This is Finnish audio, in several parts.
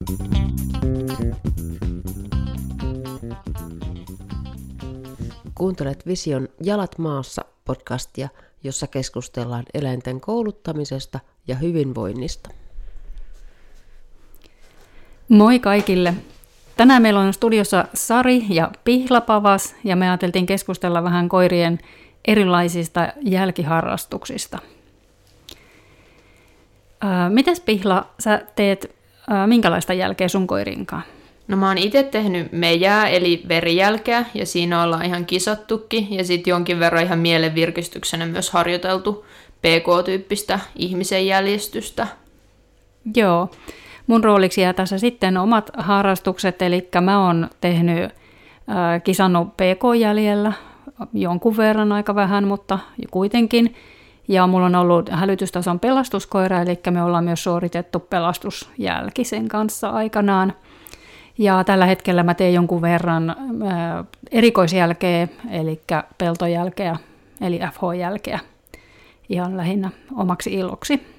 Kuuntelet Vision Jalat maassa podcastia, jossa keskustellaan eläinten kouluttamisesta ja hyvinvoinnista. Moi kaikille! Tänään meillä on studiossa Sari ja Pihla Pavas ja me ajateltiin keskustella vähän koirien erilaisista jälkiharrastuksista. Mitäs Pihla, sä teet minkälaista jälkeä sun koirinkaan? No mä oon itse tehnyt mejää eli verijälkeä ja siinä ollaan ihan kisattukin ja sitten jonkin verran ihan mielenvirkistyksenä myös harjoiteltu PK-tyyppistä ihmisen jäljestystä. Joo, mun rooliksi jää tässä sitten omat harrastukset, eli mä oon tehnyt kisannut PK-jäljellä jonkun verran aika vähän, mutta kuitenkin. Ja mulla on ollut hälytystason pelastuskoira, eli me ollaan myös suoritettu pelastusjälki sen kanssa aikanaan. Ja tällä hetkellä mä teen jonkun verran erikoisjälkeä, eli peltojälkeä, eli FH-jälkeä, ihan lähinnä omaksi iloksi.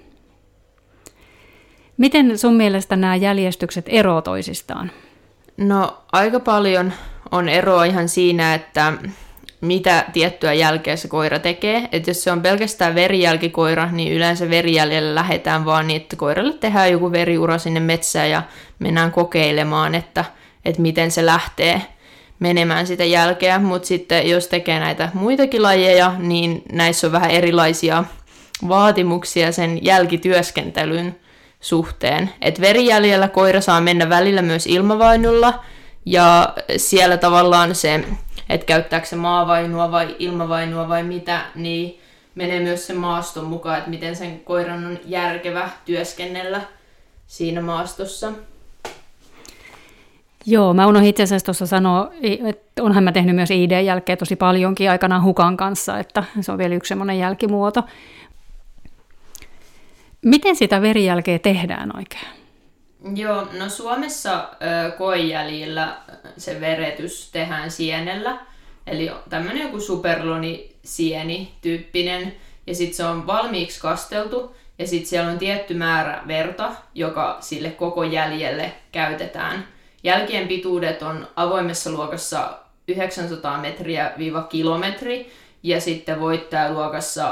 Miten sun mielestä nämä jäljestykset eroavat toisistaan? No aika paljon on eroa ihan siinä, että mitä tiettyä jälkeä se koira tekee. Että jos se on pelkästään verijälkikoira, niin yleensä verijäljellä lähdetään vaan niin, että koiralle tehdään joku veriura sinne metsään ja mennään kokeilemaan, että miten se lähtee menemään sitä jälkeä. Mutta sitten jos tekee näitä muitakin lajeja, niin näissä on vähän erilaisia vaatimuksia sen jälkityöskentelyn suhteen. Et verijäljellä koira saa mennä välillä myös ilmavainulla ja siellä tavallaan se, että käyttääkö se maavainua vai ilmavainua vai mitä, niin menee myös sen maaston mukaan, että miten sen koiran on järkevä työskennellä siinä maastossa. Joo, mä unohdin itse asiassa tuossa sanoa, että onhan mä tehnyt myös ID-jälkeä tosi paljonkin aikanaan hukan kanssa, että se on vielä yksi semmoinen jälkimuoto. Miten sitä verijälkeä tehdään oikein? Joo, no Suomessa koejäljillä se veretys tehdään sienellä, eli tämmöinen joku superloni-sieni-tyyppinen, ja sitten se on valmiiksi kasteltu, ja sitten siellä on tietty määrä verta, joka sille koko jäljelle käytetään. Jälkien pituudet on avoimessa luokassa 900 metriä-kilometri, ja sitten voittajaluokassa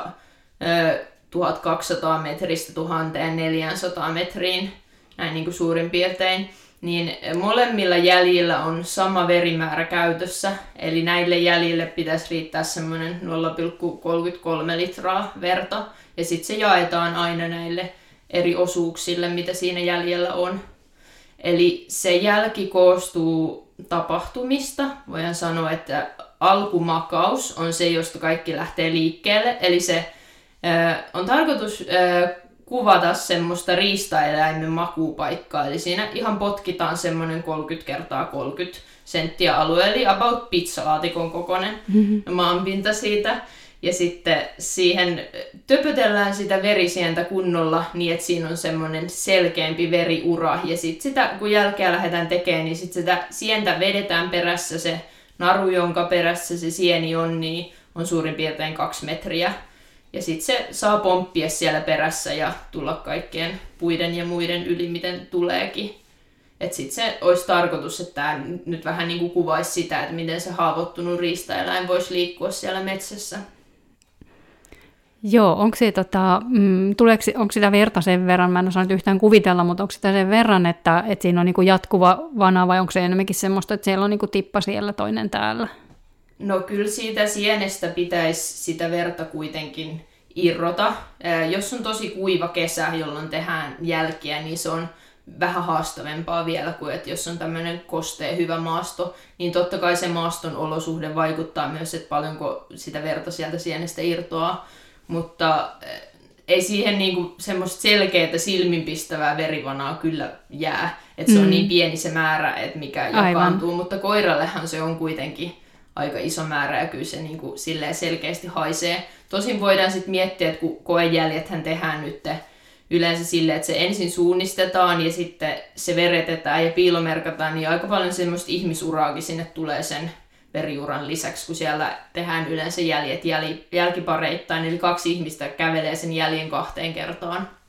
1200 metristä 1400 metriin, näin niin kuin suurin piirtein, niin molemmilla jäljillä on sama verimäärä käytössä, eli näille jäljille pitäisi riittää semmoinen 0,33 litraa verta, ja sitten se jaetaan aina näille eri osuuksille, mitä siinä jäljellä on. Eli se jälki koostuu tapahtumista, voidaan sanoa, että alkumakaus on se, josta kaikki lähtee liikkeelle, eli se on tarkoitus kuvata semmoista riistaeläimen makuupaikkaa, eli siinä ihan potkitaan semmoinen 30 kertaa 30 senttiä alue, eli about pizzalaatikon kokoinen maanpinta siitä, ja sitten siihen töpötellään sitä verisientä kunnolla niin, että siinä on semmoinen selkeämpi veriura, ja sitten sitä, kun jälkeä lähdetään tekemään, niin sitten sitä sientä vedetään perässä, se naru, jonka perässä se sieni on, niin on suurin piirtein 2 metriä. Ja sitten se saa pomppia siellä perässä ja tulla kaikkien puiden ja muiden yli, miten tuleekin. Että sitten se olisi tarkoitus, että tämä nyt vähän niin kuin kuvaisi sitä, että miten se haavoittunut riistaeläin voisi liikkua siellä metsässä. Joo, onko sitä verta sen verran, mä en osaa nyt yhtään kuvitella, mutta onko sitä sen verran, että siinä on niin kuin jatkuva vana vai onko se enemmänkin semmoista, että siellä on niin kuin tippa siellä toinen täällä? No kyllä siitä sienestä pitäisi sitä verta kuitenkin irrota. Jos on tosi kuiva kesä, jolloin tehdään jälkiä, niin se on vähän haastavempaa vielä kuin, että jos on tämmöinen kostea hyvä maasto, niin totta kai se maaston olosuhde vaikuttaa myös, että paljonko sitä verta sieltä sienestä irtoaa, mutta ei siihen niinku semmoista selkeää silminpistävää verivanaa kyllä jää, että se on niin pieni se määrä, että mikä jakaantuu, mutta koirallehan se on kuitenkin aika iso määrä ja kyllä se niin kuin silleen selkeästi haisee. Tosin voidaan sitten miettiä, että kun koejäljethän tehdään nyt yleensä silleen, että se ensin suunnistetaan ja sitten se veretetään ja piilomerkataan, niin aika paljon semmoista ihmisuraakin sinne tulee sen veriuran lisäksi, kun siellä tehdään yleensä jäljet jälkipareittain, eli 2 ihmistä kävelee sen jäljen 2 kertaan.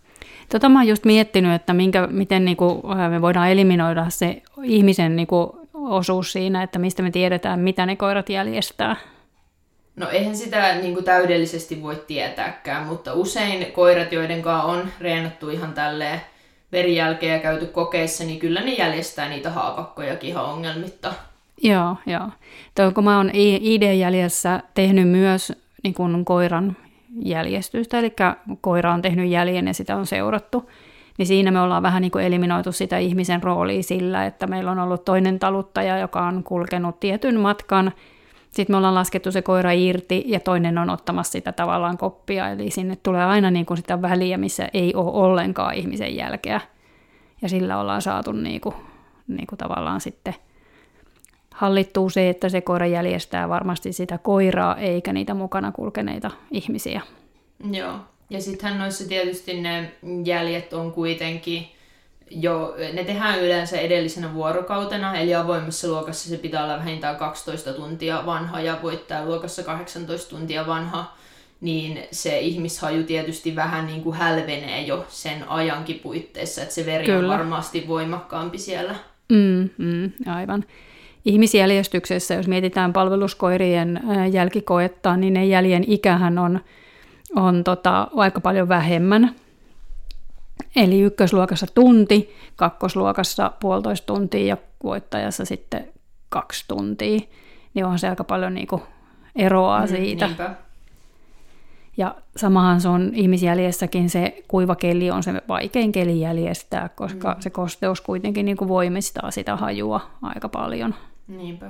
Mä oon just miettinyt, että miten niinku me voidaan eliminoida se ihmisen niinku osuus siinä, että mistä me tiedetään, mitä ne koirat jäljestää. No eihän sitä niinku täydellisesti voi tietääkään, mutta usein koirat, joiden kanssa on reenattu ihan tälleen verijälkeä ja käyty kokeissa, niin kyllä ne jäljestää niitä haavakkojakin ihan ongelmitta. Joo. Kun mä oon ID-jäljessä tehnyt myös niin kun koiran jäljestystä, eli koira on tehnyt jäljen ja sitä on seurattu, niin siinä me ollaan vähän niin kuin eliminoitu sitä ihmisen roolia sillä, että meillä on ollut toinen taluttaja, joka on kulkenut tietyn matkan, sitten me ollaan laskettu se koira irti ja toinen on ottamassa sitä tavallaan koppia, eli sinne tulee aina niin kuin sitä väliä, missä ei ole ollenkaan ihmisen jälkeä, ja sillä ollaan saatu niin kuin tavallaan sitten hallittuu se, että se koira jäljestää varmasti sitä koiraa, eikä niitä mukana kulkeneita ihmisiä. Joo, ja sittenhän noissa tietysti ne jäljet on kuitenkin ne tehdään yleensä edellisenä vuorokautena, eli avoimessa luokassa se pitää olla vähintään 12 tuntia vanha ja voittajaluokassa 18 tuntia vanha, niin se ihmishaju tietysti vähän niin kuin hälvenee jo sen ajankin puitteissa, että se veri on varmasti voimakkaampi siellä. Aivan. Ihmisjäljestyksessä, jos mietitään palveluskoirien jälkikoetta, niin ne jäljen ikähän on aika paljon vähemmän. Eli ykkösluokassa tunti, kakkosluokassa 1,5 tuntia ja voittajassa sitten 2 tuntia. Niin on se aika paljon niinku eroa siitä. Niinpä. Ja samahan se on ihmisjäljessäkin, se kuiva keli on se vaikein keli jäljestää, koska se kosteus kuitenkin niinku voimistaa sitä hajua aika paljon. Niinpä.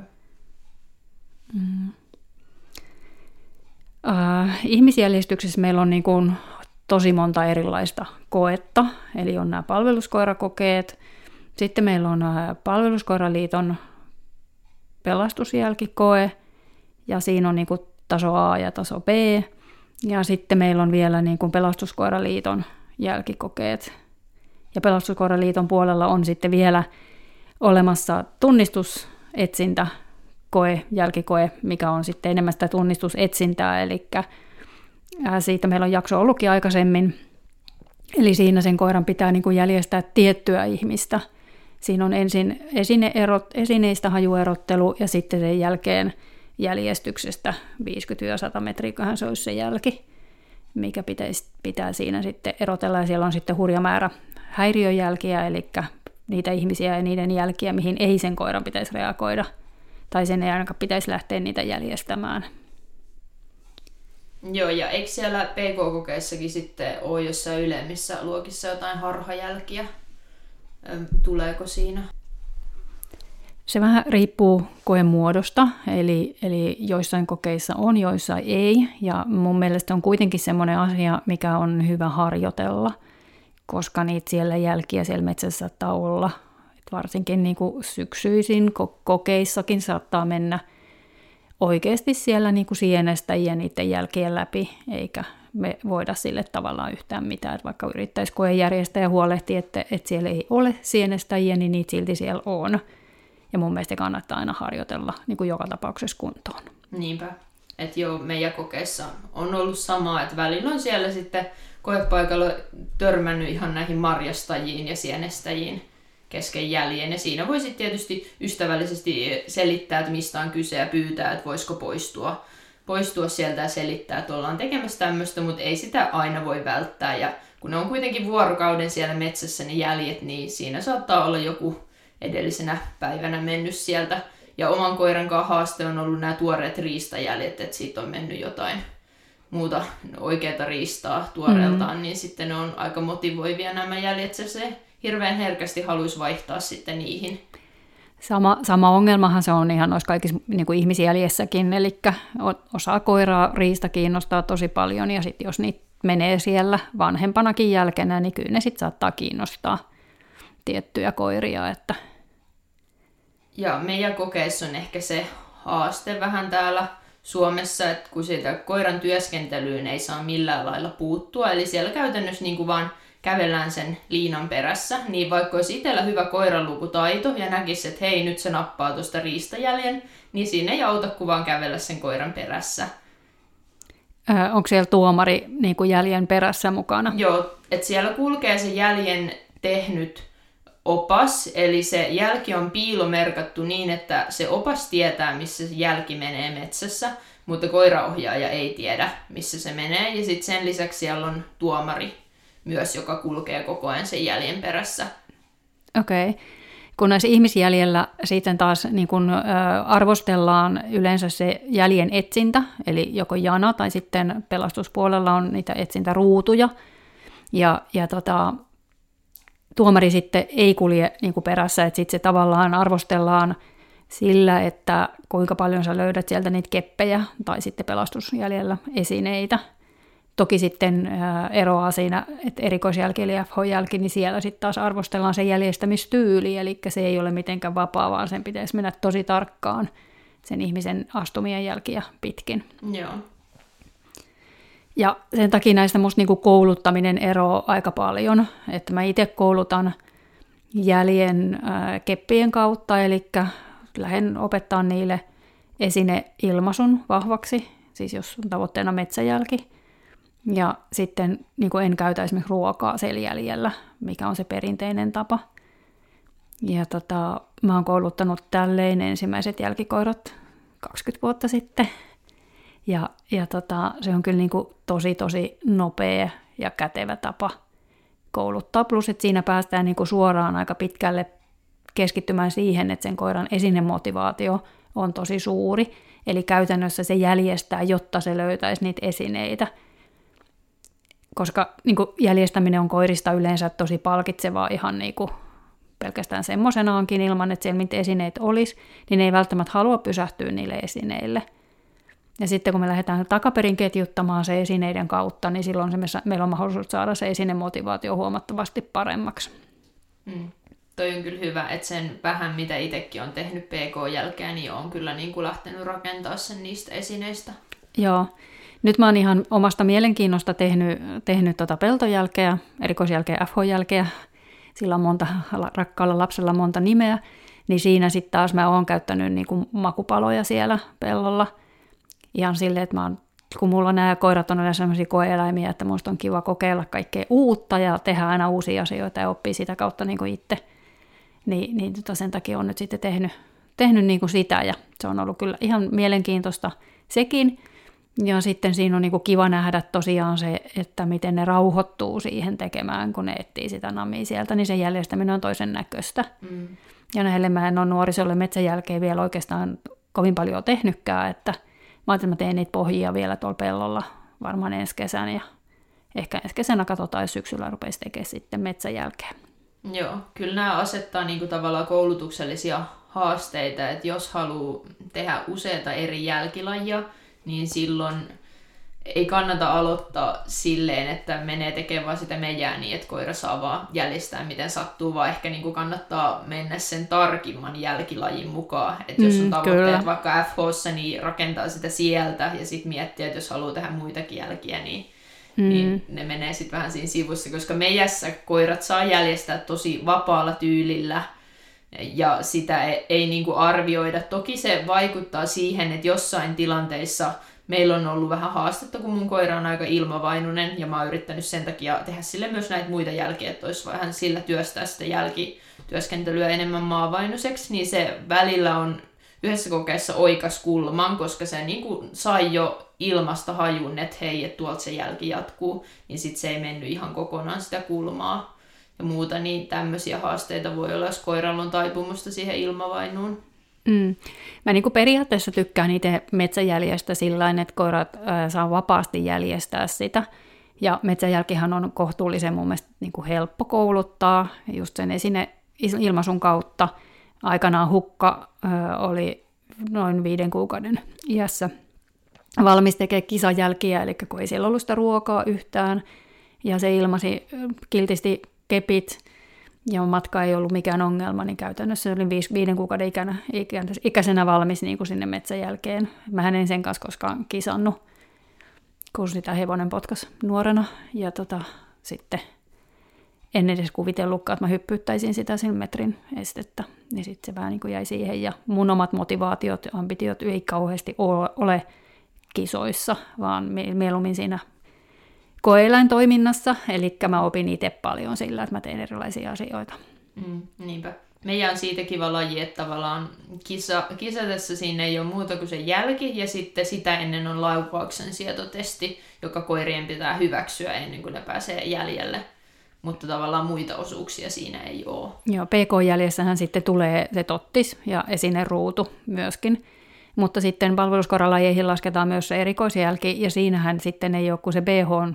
Ihmisjäljestyksessä meillä on niinku tosi monta erilaista koetta, eli on nämä palveluskoirakokeet. Sitten meillä on Palveluskoiraliiton pelastusjälkikoe, ja siinä on niinku taso A ja taso B. Ja sitten meillä on vielä niinku Pelastuskoiraliiton jälkikokeet. Ja Pelastuskoiraliiton puolella on sitten vielä olemassa tunnistusetsintäkoe, jälkikoe, mikä on sitten enemmän sitä tunnistusetsintää, eli siitä meillä on jakso ollutkin aikaisemmin. Eli siinä sen koiran pitää niin kuin jäljestää tiettyä ihmistä. Siinä on ensin esineistä hajuerottelu ja sitten sen jälkeen jäljestyksestä 50-100 metriä, se olisi se jälki, mikä pitää siinä sitten erotella. Ja siellä on sitten hurja määrä häiriöjälkiä, eli niitä ihmisiä ja niiden jälkiä, mihin ei sen koiran pitäisi reagoida, tai sen ei ainakaan pitäisi lähteä niitä jäljestämään. Joo, ja eikö siellä PK-kokeissakin sitten ole jossain ylemmissä luokissa jotain harhajälkiä? Tuleeko siinä? Se vähän riippuu koemuodosta, eli joissain kokeissa on, joissain ei. Ja mun mielestä on kuitenkin semmoinen asia, mikä on hyvä harjoitella, koska niitä siellä jälkiä siellä metsässä saattaa olla. Et varsinkin niin kuin syksyisin kokeissakin saattaa mennä oikeasti siellä niin kuin sienestäjiä niiden jälkien läpi, eikä me voida sille tavallaan yhtään mitään. Että vaikka yrittäisi koejärjestää ja huolehtia, että siellä ei ole sienestäjiä, niin niitä silti siellä on. Ja mun mielestä kannattaa aina harjoitella niin kuin joka tapauksessa kuntoon. Niinpä. Että joo, meidän kokeissa on ollut samaa, että välillä on siellä sitten koepaikalla törmännyt ihan näihin marjastajiin ja sienestäjiin kesken jäljen. Ja siinä voi sitten tietysti ystävällisesti selittää, että mistä on kyse ja pyytää, että voisiko poistua sieltä ja selittää, että ollaan tekemässä tämmöistä, mutta ei sitä aina voi välttää. Ja kun ne on kuitenkin vuorokauden siellä metsässä ne jäljet, niin siinä saattaa olla joku edellisenä päivänä mennyt sieltä. Ja oman koiran kanssa haaste on ollut nämä tuoreet riistajäljet, että siitä on mennyt jotain muuta oikeata riistaa tuoreeltaan, niin sitten ne on aika motivoivia nämä jäljet. Se hirveän herkästi haluaisi vaihtaa sitten niihin. Sama ongelmahan se on ihan noissa kaikissa niin kuin ihmisjäljessäkin, eli osa koiraa riista kiinnostaa tosi paljon, ja sitten jos niitä menee siellä vanhempanakin jälkenä, niin kyllä ne sitten saattaa kiinnostaa tiettyjä koiria. Että... Ja meidän kokeissa on ehkä se haaste vähän täällä Suomessa, että kun siitä koiran työskentelyyn ei saa millään lailla puuttua, eli siellä käytännössä niin kuin vaan kävellään sen liinan perässä, niin vaikka olisi itsellä hyvä koiranlukutaito ja näkisi, että hei, nyt se nappaa tuosta riistajäljen, niin siinä ei auta kuin vaan kävellä sen koiran perässä. onko siellä tuomari niin kuin jäljen perässä mukana? Joo, että siellä kulkee se jäljen tehnyt opas, eli se jälki on piilomerkattu niin, että se opas tietää, missä se jälki menee metsässä, mutta koiraohjaaja ei tiedä, missä se menee. Ja sitten sen lisäksi siellä on tuomari myös, joka kulkee koko ajan sen jäljen perässä. Okei. Kun näissä ihmisjäljellä sitten taas niin kun, arvostellaan yleensä se jäljen etsintä, eli joko jana tai sitten pelastuspuolella on niitä etsintäruutuja. Ja tuomari sitten ei kulje niin kuin perässä, että sitten se tavallaan arvostellaan sillä, että kuinka paljon sä löydät sieltä niitä keppejä tai sitten pelastusjäljellä esineitä. Toki sitten eroaa siinä, että erikoisjälki eli FH-jälki, niin siellä sitten taas arvostellaan sen jäljestämistyyli, eli se ei ole mitenkään vapaa, vaan sen pitäisi mennä tosi tarkkaan sen ihmisen astumien jälkiä pitkin. Joo. Ja sen takia näistä musta niinku kouluttaminen eroaa aika paljon, että mä itse koulutan jäljen keppien kautta, eli lähden opettaa niille esineilmaisun vahvaksi, siis jos on tavoitteena metsäjälki. Ja sitten niin en käytä esimerkiksi ruokaa seljäljellä, mikä on se perinteinen tapa. Ja mä oon kouluttanut tälleen ensimmäiset jälkikoirat 20 vuotta sitten. Ja se on kyllä niin kuin tosi nopea ja kätevä tapa kouluttaa. Plus, että siinä päästään niin kuin suoraan aika pitkälle keskittymään siihen, että sen koiran esinemotivaatio on tosi suuri. Eli käytännössä se jäljestää, jotta se löytäisi niitä esineitä. Koska niin kuin jäljestäminen on koirista yleensä tosi palkitsevaa ihan niin kuin pelkästään semmoisenaankin ilman, että siellä mitä esineitä olisi, niin ne ei välttämättä halua pysähtyä niille esineille. Ja sitten kun me lähdetään takaperin ketjuttamaan se esineiden kautta, niin silloin meillä on mahdollisuus saada se esinemotivaatio huomattavasti paremmaksi. Toi on kyllä hyvä, että sen vähän mitä itsekin on tehnyt PK-jälkeä, niin on kyllä niin kuin lähtenyt rakentaa sen niistä esineistä. Joo. Nyt mä oon ihan omasta mielenkiinnosta tehnyt peltojälkeä, erikoisjälkeä, FH-jälkeä. Sillä on rakkaalla lapsella monta nimeä. Niin siinä sitten taas mä oon käyttänyt niinku makupaloja siellä pellolla. Ihan silleen, että kun mulla nämä koirat on yleensä sellaisia koe-eläimiä, että musta on kiva kokeilla kaikkea uutta ja tehdä aina uusia asioita ja oppii sitä kautta niinku itse. Niin sen takia on nyt sitten tehnyt niinku sitä ja se on ollut kyllä ihan mielenkiintoista sekin. Ja sitten siinä on niinku kiva nähdä tosiaan se, että miten ne rauhoittuu siihen tekemään, kun ne etsii sitä namia sieltä, niin sen jäljestäminen on toisen näköistä. Ja näille mä en ole nuorisolle metsäjälkeen vielä oikeastaan kovin paljon tehnytkään, että mä ajattelin, että mä teen niitä pohjia vielä tuolla pellolla varmaan ensi kesän, ja ehkä ensi kesänä katsotaan, jos syksyllä rupeisi tekemään sitten metsäjälkeen. Joo, kyllä nämä asettaa niinku tavallaan koulutuksellisia haasteita, että jos haluaa tehdä useita eri jälkilajia, niin silloin ei kannata aloittaa silleen, että menee tekemään vaan sitä mejää niin, että koira saa vaan jäljestää miten sattuu, vaan ehkä niin kuin kannattaa mennä sen tarkimman jälkilajin mukaan. Että jos on tavoitteet vaikka FH:ssa, niin rakentaa sitä sieltä ja sitten miettiä, että jos haluaa tehdä muitakin jälkiä, niin ne menee sitten vähän siinä sivussa, koska mejässä koirat saa jäljestää tosi vapaalla tyylillä, ja sitä ei niin kuin arvioida. Toki se vaikuttaa siihen, että jossain tilanteissa meillä on ollut vähän haastetta, kun mun koira on aika ilmavainunen, ja mä oon yrittänyt sen takia tehdä sille myös näitä muita jälkiä, että olisi vähän sillä työstää sitä jälkityöskentelyä enemmän maavainuseksi, niin se välillä on yhdessä kokeessa oikas kulman, koska se niin kuin sai jo ilmasta hajun, että hei, että tuolta se jälki jatkuu, niin sitten se ei mennyt ihan kokonaan sitä kulmaa ja muuta, niin tämmöisiä haasteita voi olla, jos koiralla on taipumusta siihen ilmavainuun. Mä niin kuin periaatteessa tykkään itse metsäjäljestä sillain, että koirat saa vapaasti jäljestää sitä. Ja metsäjälkihän on kohtuullisen mun mielestä niin kuin helppo kouluttaa just sen ilmaisun kautta. Aikanaan Hukka oli noin 5 kuukauden iässä valmis tekemään kisajälkiä, eli kun ei siellä ollut sitä ruokaa yhtään, ja se ilmasi kiltisti kepit, ja matka ei ollut mikään ongelma, niin käytännössä olin 5 kuukauden ikäisenä valmis niin kuin sinne metsäjälkeen. Mä en sen kanssa koskaan kisannut, kun sitä hevonen potkas nuorena, ja sitten en edes kuvitellutkaan, että mä hyppyyttäisin sitä sen metrin estettä, niin sitten se vähän niin kuin jäi siihen, ja mun omat motivaatiot ja ambitiot ei kauheasti ole kisoissa, vaan mieluummin siinä koe-eläintoiminnassa, eli mä opin itse paljon sillä, että mä teen erilaisia asioita. Niinpä. Meidän on siitä kiva laji, että tavallaan kisatessa siinä ei ole muuta kuin se jälki, ja sitten sitä ennen on laukauksen sietotesti, joka koirien pitää hyväksyä ennen kuin ne pääsee jäljelle. Mutta tavallaan muita osuuksia siinä ei ole. Joo, PK-jäljessähän sitten tulee se tottis ja esineruutu myöskin. Mutta sitten palveluskoiralajeihin lasketaan myös se erikoisjälki, ja siinähän sitten ei ole kuin se BH,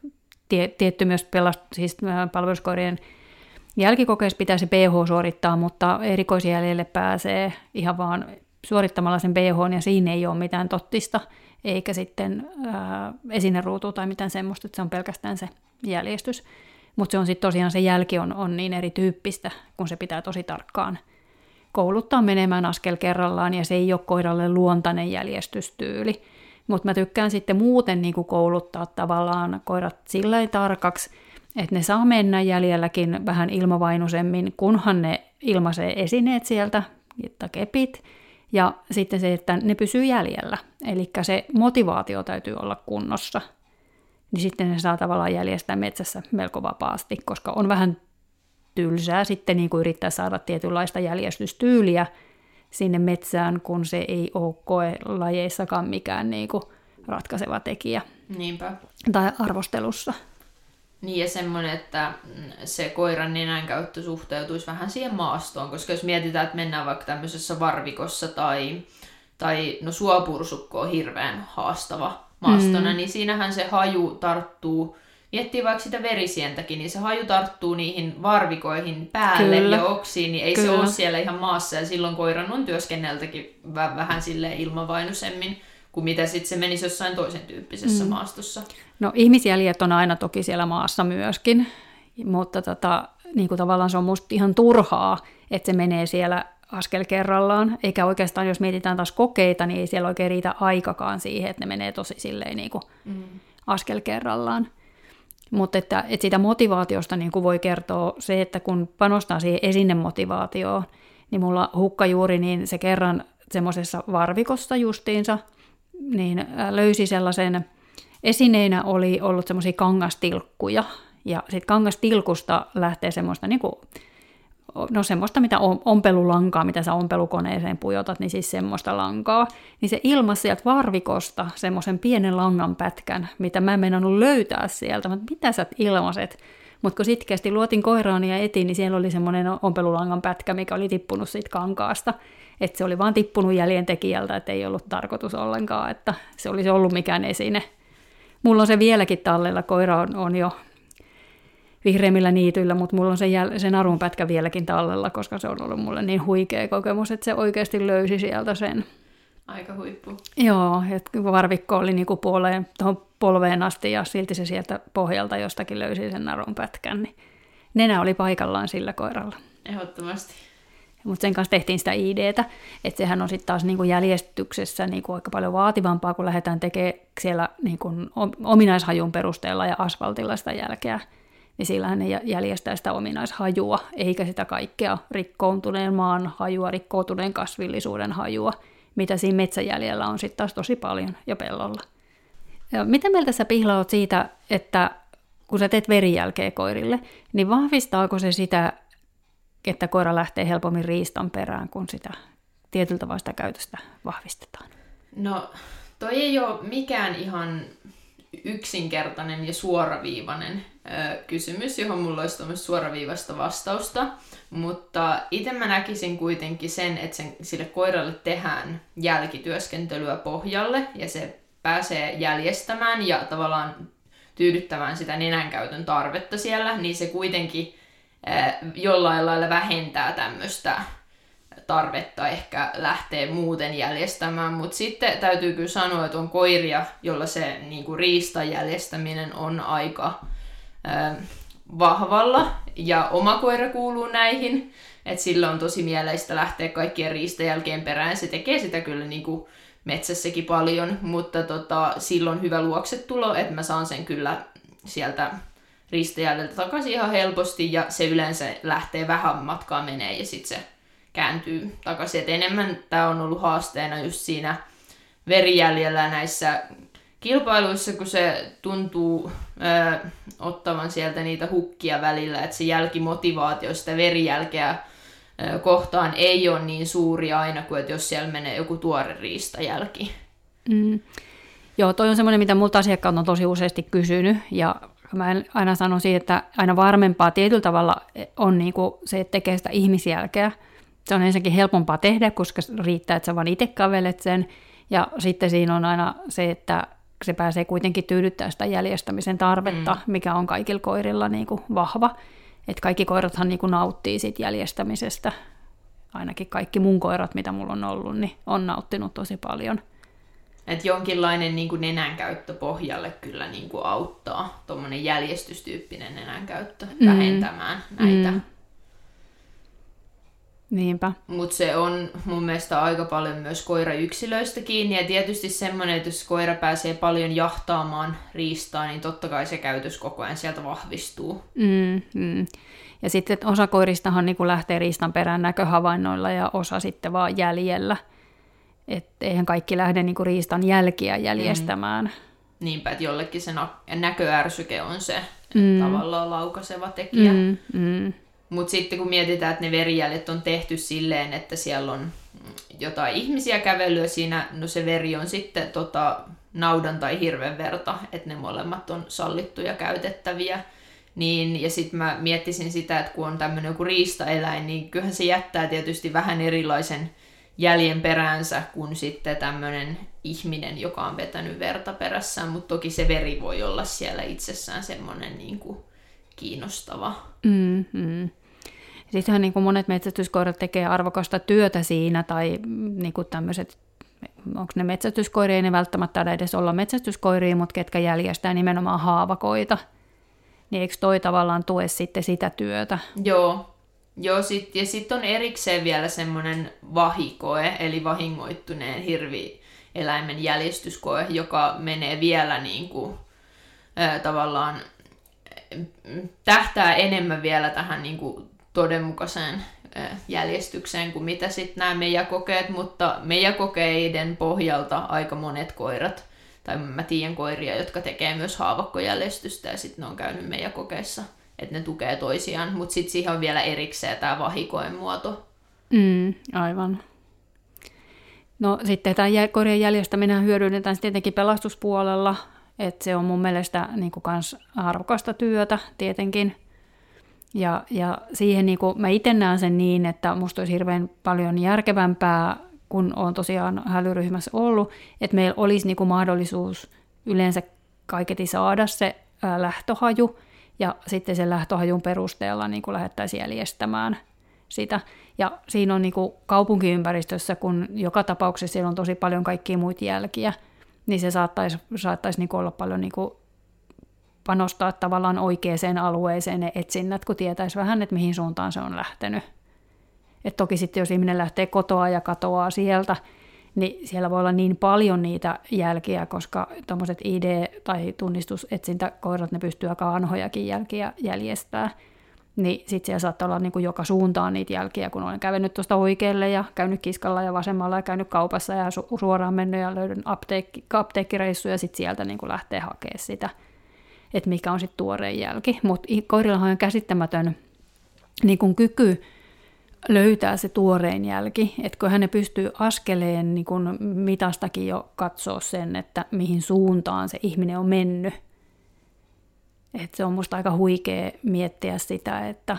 tietty myös siis palveluskoirien jälkikokeessa pitää se BH suorittaa, mutta erikoisjäljelle pääsee ihan vaan suorittamalla sen BH, ja siinä ei ole mitään tottista, eikä sitten esineruutu tai mitään semmoista, että se on pelkästään se jäljestys. Mutta se on sitten tosiaan, se jälki on niin erityyppistä, kun se pitää tosi tarkkaan kouluttaa menemään askel kerrallaan, ja se ei ole koiralle luontainen jäljestystyyli. Mutta mä tykkään sitten muuten niin kuin kouluttaa tavallaan koirat sillä tarkaksi, että ne saa mennä jäljelläkin vähän ilmavainusemmin, kunhan ne ilmaisee esineet sieltä, että kepit, ja sitten se, että ne pysyy jäljellä. Eli se motivaatio täytyy olla kunnossa. Niin sitten ne saa tavallaan jäljestää metsässä melko vapaasti, koska on vähän tylsää sitten niin kuin yrittää saada tietynlaista jäljestystyyliä sinne metsään, kun se ei ole koelajeissakaan mikään niin kuin ratkaiseva tekijä. Niinpä. Tai arvostelussa. Niin, ja semmoinen, että se koiran nenän käyttö suhteutuisi vähän siihen maastoon, koska jos mietitään, että mennään vaikka tämmöisessä varvikossa tai suopursukko on hirveän haastava maastona, niin siinähän se haju tarttuu, miettii vaikka sitä verisientäkin, niin se haju tarttuu niihin varvikoihin päälle ja oksiin, niin ei se ole siellä ihan maassa, ja silloin koiran on työskenneltäkin vähän silleen ilmavainusemmin, kuin mitä sitten se menisi jossain toisen tyyppisessä maastossa. No ihmisjäljet on aina toki siellä maassa myöskin, mutta niin kuin tavallaan se on musta ihan turhaa, että se menee siellä askel kerrallaan, eikä oikeastaan, jos mietitään taas kokeita, niin ei siellä oikein riitä aikakaan siihen, että ne menee tosi silleen niin kuin askel kerrallaan. Mutta että siitä motivaatiosta niin kuin voi kertoa se, että kun panostaa siihen esinemotivaatioon, niin mulla hukka juuri niin se kerran semmoisessa varvikossa justiinsa, niin löysi sellaisen, esineinä oli ollut semmoisia kangastilkkuja, ja sitten kangastilkusta lähtee semmoista niinku, no semmoista, mitä ompelulankaa, mitä sä ompelukoneeseen pujotat, niin siis semmoista lankaa, niin se ilmasi sieltä varvikosta semmoisen pienen langan pätkän, mitä mä en meinannut löytää sieltä, mutta mitä sä ilmaset? Mutta kun sitkeästi luotin koiraani ja etiin, niin siellä oli semmoinen ompelulangan pätkä, mikä oli tippunut siitä kankaasta, että se oli vaan tippunut jäljentekijältä, että ei ollut tarkoitus ollenkaan, että se olisi ollut mikään esine. Mulla on se vieläkin tallella, koira on jo vihreimmillä niityillä, mutta mulla on se narun pätkä vieläkin tallella, koska se on ollut mulle niin huikea kokemus, että se oikeasti löysi sieltä sen. Aika huippu. Joo, että varvikko oli niinku tuohon polveen asti ja silti se sieltä pohjalta jostakin löysi sen narun pätkän, niin nenä oli paikallaan sillä koiralla. Ehdottomasti. Mutta sen kanssa tehtiin sitä IDtä, että sehän on sitten taas niinku jäljestyksessä niinku aika paljon vaativampaa, kun lähdetään tekemään siellä niinku ominaishajun perusteella ja asfaltilla sitä jälkeä, niin sillähän ne jäljestää sitä ominaishajua, eikä sitä kaikkea rikkoontuneen maan hajua, rikkoutuneen kasvillisuuden hajua, mitä siinä metsäjäljellä on sitten taas tosi paljon jo pellolla. Ja mitä mieltä sä Pihla oot siitä, että kun sä teet verijälkeä koirille, niin vahvistaako se sitä, että koira lähtee helpommin riistan perään, kun sitä tietyllä tavalla sitä käytöstä vahvistetaan? No, toi ei ole mikään ihan yksinkertainen ja suoraviivainen kysymys, johon mulla olisi tämmöistä suoraviivasta vastausta, mutta itse mä näkisin kuitenkin sen, että sille koiralle tehdään jälkityöskentelyä pohjalle, ja se pääsee jäljestämään ja tavallaan tyydyttämään sitä nenänkäytön tarvetta siellä, niin se kuitenkin jollain lailla vähentää tämmöistä tarvetta ehkä lähtee muuten jäljestämään, mutta sitten täytyy kyllä sanoa, että on koiria, jolla se niinku riistan jäljestäminen on aika vahvalla, ja oma koira kuuluu näihin, että sillä on tosi mieleistä lähteä kaikkien riistan jälkeen perään, se tekee sitä kyllä niinku metsässäkin paljon, mutta silloin hyvä luoksetulo, että mä saan sen kyllä sieltä riistajäljeltä takaisin ihan helposti, ja se yleensä lähtee vähän matkaa menee ja sitten se kääntyy takaisin. Et enemmän tämä on ollut haasteena just siinä verijäljellä näissä kilpailuissa, kun se tuntuu ottavan sieltä niitä hukkia välillä, että se jälkimotivaatio sitä verijälkeä kohtaan ei ole niin suuri aina kuin, että jos siellä menee joku tuore riistajälki. Joo, toi on semmoinen, mitä multa asiakkaat on tosi useasti kysynyt, ja mä aina sanon siitä, että aina varmempaa tietyllä tavalla on niinku se, että tekee sitä ihmisjälkeä. Se on ensinnäkin helpompaa tehdä, koska riittää, että sä vaan itse kävelet sen, ja sitten siinä on aina se, että se pääsee kuitenkin tyydyttämään sitä jäljestämisen tarvetta, mikä on kaikilla koirilla niinku vahva. Että kaikki koirathan niinku nauttii siitä jäljestämisestä. Ainakin kaikki mun koirat, mitä mulla on ollut, niin on nauttinut tosi paljon. Että jonkinlainen niin kuin nenänkäyttö pohjalle kyllä niin kuin auttaa, tuommoinen jäljestystyyppinen nenänkäyttö vähentämään näitä. Niinpä. Mutta se on mun mielestä aika paljon myös koirayksilöistä kiinni, ja tietysti semmoinen, että jos koira pääsee paljon jahtaamaan riistaa, niin totta kai se käytös koko ajan sieltä vahvistuu. Ja sitten osa koiristahan niin lähtee riistan perään näköhavainnoilla ja osa sitten vaan jäljellä. Että eihän kaikki lähde niin riistan jälkiä jäljestämään. Niinpä, että jollekin se näköärsyke on se tavallaan laukaiseva tekijä. Mutta sitten kun mietitään, että ne verijäljet on tehty silleen, että siellä on jotain ihmisiä kävelyä siinä, no se veri on sitten naudan tai hirven verta, että ne molemmat on sallittuja käytettäviä. Niin, ja sitten mä miettisin sitä, että kun on tämmöinen joku riistaeläin, niin kyllähän se jättää tietysti vähän erilaisen jäljen peräänsä kuin sitten tämmöinen ihminen, joka on vetänyt verta perässään, mutta toki se veri voi olla siellä itsessään semmoinen niin kuin kiinnostava. Sittenhän niin kuin monet metsästyskoirat tekee arvokasta työtä siinä, tai niin kuin tämmöiset, onko ne metsästyskoiria, ei ne välttämättä edes olla metsästyskoiria, mutta ketkä jäljestää nimenomaan haavakoita, niin eikö toi tavallaan tue sitten sitä työtä? Joo, ja sitten on erikseen vielä semmoinen vahikoe, eli vahingoittuneen hirvieläimen jäljestyskoe, joka menee vielä niin kuin, tavallaan tähtää enemmän vielä tähän niin kuin todenmukaiseen jäljestykseen kuin mitä sitten nämä meijakokeet, mutta meijakokeiden pohjalta aika monet koirat, tai mä tiedän koiria, jotka tekee myös haavakkojäljestystä ja sitten ne on käynyt meijakokeissa, että ne tukee toisiaan, mutta sitten siihen on vielä erikseen tämä vahikoen muoto. Aivan. No sitten tämä koirien jäljestäminen hyödynnetään tietenkin pelastuspuolella, että se on mun mielestä niin kuin kans arvokasta työtä tietenkin. Ja siihen niin kuin mä itse näen sen niin, että musta olisi hirveän paljon järkevämpää, kun olen tosiaan hälyryhmässä ollut, että meillä olisi niin kuin mahdollisuus yleensä kaiketi saada se lähtöhaju, ja sitten sen lähtöhajun perusteella niin kuin lähdettäisiin jäljestämään sitä. Ja siinä on niin kuin kaupunkiympäristössä, kun joka tapauksessa siellä on tosi paljon kaikkia muita jälkiä, niin se saattaisi niin kuin olla paljon niin kuin panostaa tavallaan oikeaan alueeseen ne etsinnät, kun tietäisi vähän, että mihin suuntaan se on lähtenyt. Et toki sitten, jos ihminen lähtee kotoa ja katoaa sieltä, niin siellä voi olla niin paljon niitä jälkiä, koska tuommoiset ID- tai tunnistusetsintäkoirat, ne pystyy aika vanhojakin jälkiä jäljestää. Niin sitten siellä saattaa olla niin kuin joka suuntaan niitä jälkiä, kun olen kävellyt tuosta oikealle ja käynyt kiskalla ja vasemmalla ja käynyt kaupassa ja suoraan mennyt ja löydän apteekkireissu ja sitten sieltä niin kuin lähtee hakemaan sitä, että mikä on sitten tuoreen jälki. Mutta koirillahan on käsittämätön niin kuin kyky löytää se tuoreen jälki, että kun hän pystyy askeleen niin kun mitastakin jo katsoa sen, että mihin suuntaan se ihminen on mennyt. Et se on musta aika huikea miettiä sitä, että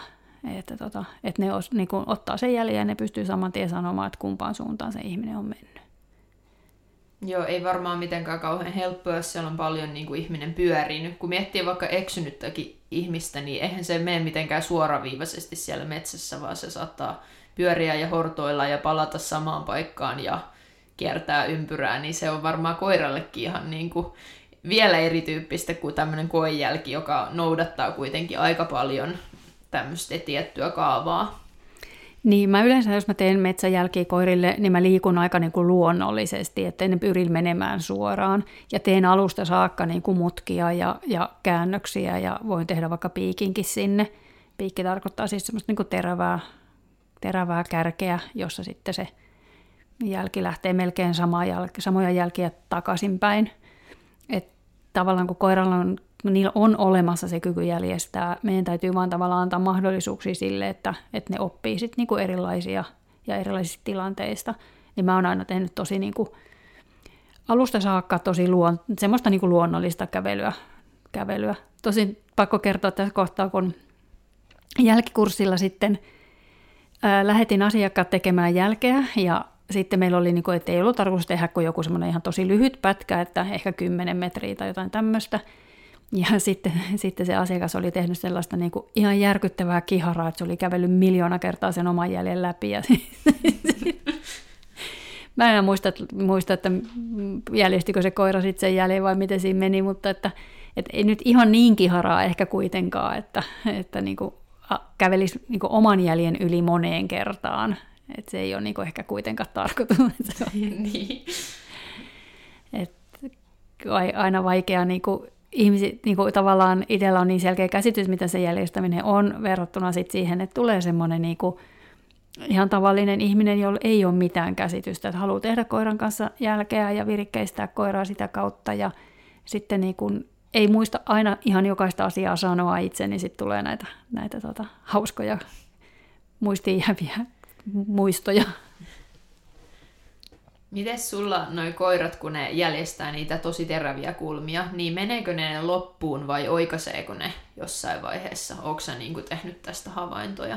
ne niin kun ottaa sen jäljen ja ne pystyy saman tien sanomaan, että kumpaan suuntaan se ihminen on mennyt. Joo, ei varmaan mitenkään kauhean helppoa, jos siellä on paljon niin kuin ihminen pyörinyt. Kun miettii vaikka eksynyttäkin ihmistä, niin eihän se mene mitenkään suoraviivaisesti siellä metsässä, vaan se saattaa pyöriä ja hortoilla ja palata samaan paikkaan ja kiertää ympyrää, niin se on varmaan koirallekin ihan niin kuin vielä erityyppistä kuin tämmöinen koejälki, joka noudattaa kuitenkin aika paljon tämmöistä tiettyä kaavaa. Niin, mä yleensä, jos mä teen metsäjälkiä koirille, niin mä liikun aika niin kuin luonnollisesti, ettei ne pyri menemään suoraan. Ja teen alusta saakka niin kuin mutkia ja käännöksiä ja voin tehdä vaikka piikinkin sinne. Piikki tarkoittaa siis semmoista niin kuin terävää kärkeä, jossa sitten se jälki lähtee melkein samoja jälkiä takaisinpäin. Että tavallaan kun koiralla niillä on olemassa se kyky jäljestää, meidän täytyy vaan tavallaan antaa mahdollisuuksia sille, että ne oppii sitten niinku erilaisia ja erilaisista tilanteista. Niin mä oon aina tehnyt tosi niinku alusta saakka tosi semmoista niinku luonnollista kävelyä. Tosin pakko kertoa tässä kohtaa, kun jälkikurssilla sitten lähetin asiakkaat tekemään jälkeä ja sitten meillä oli, niinku, että ei ollut tarkoitus tehdä kuin joku semmoinen ihan tosi lyhyt pätkä, että ehkä 10 metriä tai jotain tämmöistä. Ja sitten se asiakas oli tehnyt sellaista niinku ihan järkyttävää kiharaa, että se oli kävellyt 1 000 000 kertaa sen oman jäljen läpi. Ja mä en enää muista, että jäljestikö se koira sitten sen jäljen vai miten siinä meni, mutta että ei nyt ihan niin kiharaa ehkä kuitenkaan, että niinku kävelisi niinku oman jäljen yli moneen kertaan. Että se ei ole niinku ehkä kuitenkaan tarkoitus. Niin. Aina vaikea niinku ihmiset, niinku tavallaan itsellä on niin selkeä käsitys, mitä se jäljestäminen on verrattuna sit siihen, että tulee semmoinen niinku ihan tavallinen ihminen, jolla ei ole mitään käsitystä, että haluaa tehdä koiran kanssa jälkeä ja virikkeistää koiraa sitä kautta ja sitten niinku ei muista aina ihan jokaista asiaa sanoa itse, niin sitten tulee näitä hauskoja muistiin jääviä muistoja. Mites sulla noi koirat, kun ne jäljestää niitä tosi teräviä kulmia, niin meneekö ne loppuun vai oikaiseeko ne jossain vaiheessa? Ootko sä niinku tehnyt tästä havaintoja?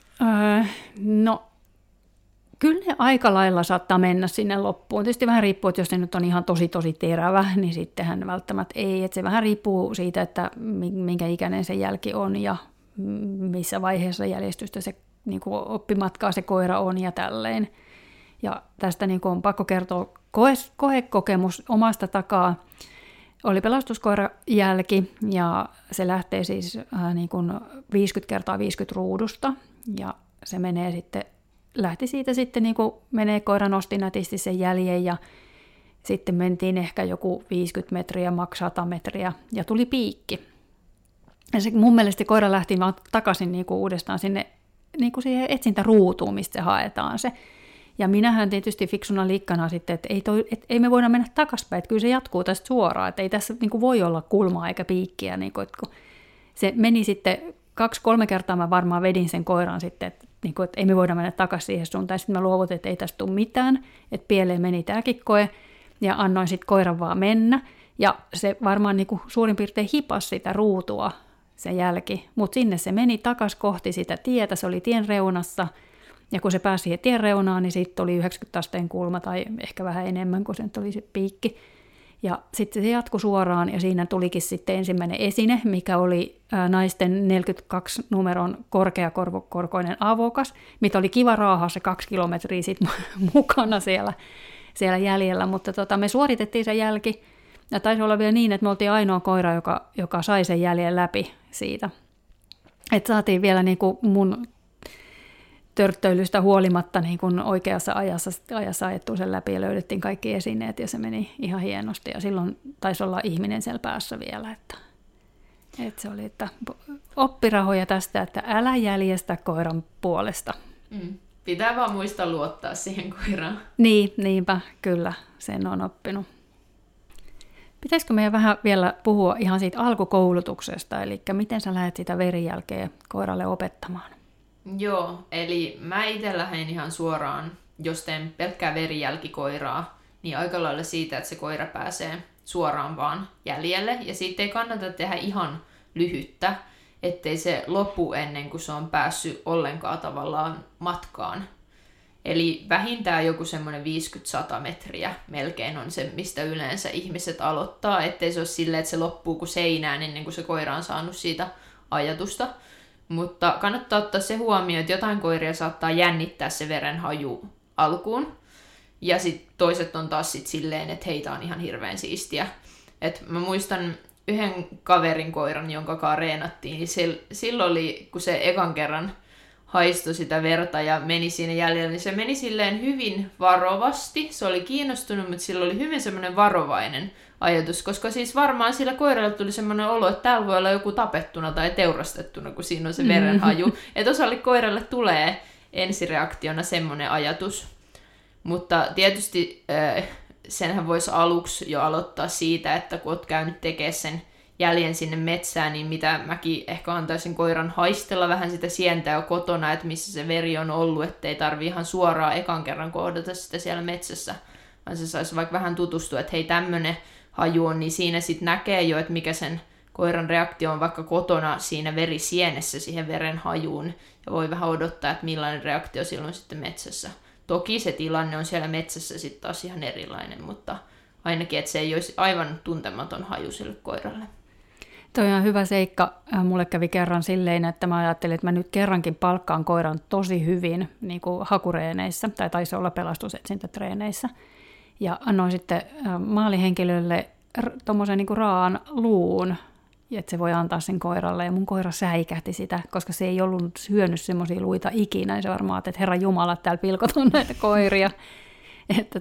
No, kyllä ne aika lailla saattaa mennä sinne loppuun. Tietysti vähän riippuu, että jos se nyt on ihan tosi terävä, niin sittenhän välttämättä ei. Että se vähän riippuu siitä, että minkä ikäinen se jälki on ja missä vaiheessa jäljestystä se niin kuin oppimatkaa se koira on ja tälleen. Ja tästä niin kuin on pakko kertoa koekokemus omasta takaa. Oli pelastuskoirajälki ja se lähtee siis niin kuin 50x50 ruudusta ja se menee sitten, lähti siitä sitten niin kuin menee koira nosti nätisti sen jäljen ja sitten mentiin ehkä joku 50 metriä, maks 100 metriä ja tuli piikki. Ja se, mun mielestä koira lähti vaan takaisin niin kuin uudestaan sinne niin kuin siihen etsintäruutuun, mistä se haetaan se. Ja minähän tietysti fiksuna liikkana sitten, että ei me voida mennä takaspäin, että kyllä se jatkuu tästä suoraan, että ei tässä niin kuin voi olla kulmaa eikä piikkiä. Niin kuin, että kun se meni sitten 2-3 kertaa mä varmaan vedin sen koiran sitten, että, niin kuin, että ei me voida mennä takaisin siihen suuntaan. Sitten mä luovutin, että ei tästä tule mitään, että pieleen meni tämäkin koe ja annoin sitten koiran vaan mennä. Ja se varmaan niin kuin suurin piirtein hipasi sitä ruutua se jälki, mutta sinne se meni takaisin kohti sitä tietä, se oli tien reunassa. Ja kun se pääsi siihen tien reunaan, niin siitä oli 90 asteen kulma tai ehkä vähän enemmän, kun se nyt oli se piikki. Ja sitten se jatkui suoraan ja siinä tulikin sitten ensimmäinen esine, mikä oli naisten 42 numeron korkeakorkoinen avokas, mitä oli kiva raahaa se 2 kilometriä sitten mukana siellä jäljellä. Mutta me suoritettiin se jälki ja taisi olla vielä niin, että me oltiin ainoa koira, joka sai sen jäljen läpi siitä. Että saatiin vielä niin kuin mun törttöilystä huolimatta niin kuin oikeassa ajassa ajettua sen läpi ja löydettiin kaikki esineet ja se meni ihan hienosti. Ja silloin taisi olla ihminen siellä päässä vielä. Että se oli, että oppirahoja tästä, että älä jäljestä koiran puolesta. Pitää vaan muistaa luottaa siihen koiraan. Niinpä, kyllä, sen on oppinut. Pitäisikö meidän vähän vielä puhua ihan siitä alkukoulutuksesta, eli miten sä lähdet sitä verijälkeä koiralle opettamaan? Joo, eli mä itse lähden ihan suoraan, jos teen pelkkää verijälkikoiraa, niin aika lailla siitä, että se koira pääsee suoraan vaan jäljelle. Ja siitä ei kannata tehdä ihan lyhyttä, ettei se lopu ennen kuin se on päässyt ollenkaan tavallaan matkaan. Eli vähintään joku semmoinen 50-100 metriä melkein on se, mistä yleensä ihmiset aloittaa, ettei se ole silleen, että se loppuu kuin seinään ennen kuin se koira on saanut siitä ajatusta. Mutta kannattaa ottaa se huomioon, että jotain koiria saattaa jännittää se verenhaju alkuun. Ja sitten toiset on taas sit silleen, että heitä on ihan hirveän siistiä. Et mä muistan yhden kaverin koiran, jonka kanssa reenattiin, niin silloin oli, kun se ekan kerran haistoi sitä verta ja meni siinä jäljellä, niin se meni silleen hyvin varovasti. Se oli kiinnostunut, mutta sillä oli hyvin semmoinen varovainen ajatus, koska siis varmaan sillä koiralla tuli semmoinen olo, että täällä voi olla joku tapettuna tai teurastettuna, kun siinä on se verenhaju. Että osalle koiralle tulee ensireaktiona semmoinen ajatus. Mutta tietysti senhän voisi aluksi jo aloittaa siitä, että kun olet käynyt tekemään sen jäljen sinne metsään, niin mitä mäkin ehkä antaisin koiran haistella vähän sitä sientä jo kotona, että missä se veri on ollut, ettei tarvitse ihan suoraan ekan kerran kohdata sitä siellä metsässä, vaan se saisi vaikka vähän tutustua, että hei, tämmöinen haju on, niin siinä sitten näkee jo, että mikä sen koiran reaktio on vaikka kotona siinä verisienessä siihen veren hajuun, ja voi vähän odottaa, että millainen reaktio silloin sitten metsässä. Toki se tilanne on siellä metsässä sitten taas ihan erilainen, mutta ainakin, että se ei olisi aivan tuntematon haju sille koiralle. Toi on hyvä seikka. Mulle kävi kerran silleen, että mä ajattelin, että mä nyt kerrankin palkkaan koiran tosi hyvin niin kuin hakureeneissä, tai taisi olla pelastusetsintätreeneissä. Ja annoin sitten maalihenkilölle tommosen niin kuin raaan luun, että se voi antaa sen koiralle. Ja mun koira säikähti sitä, koska se ei ollut syönyt semmoisia luita ikinä. Ja se varmaan että Herra Jumala, täällä pilkotaan näitä koiria. Että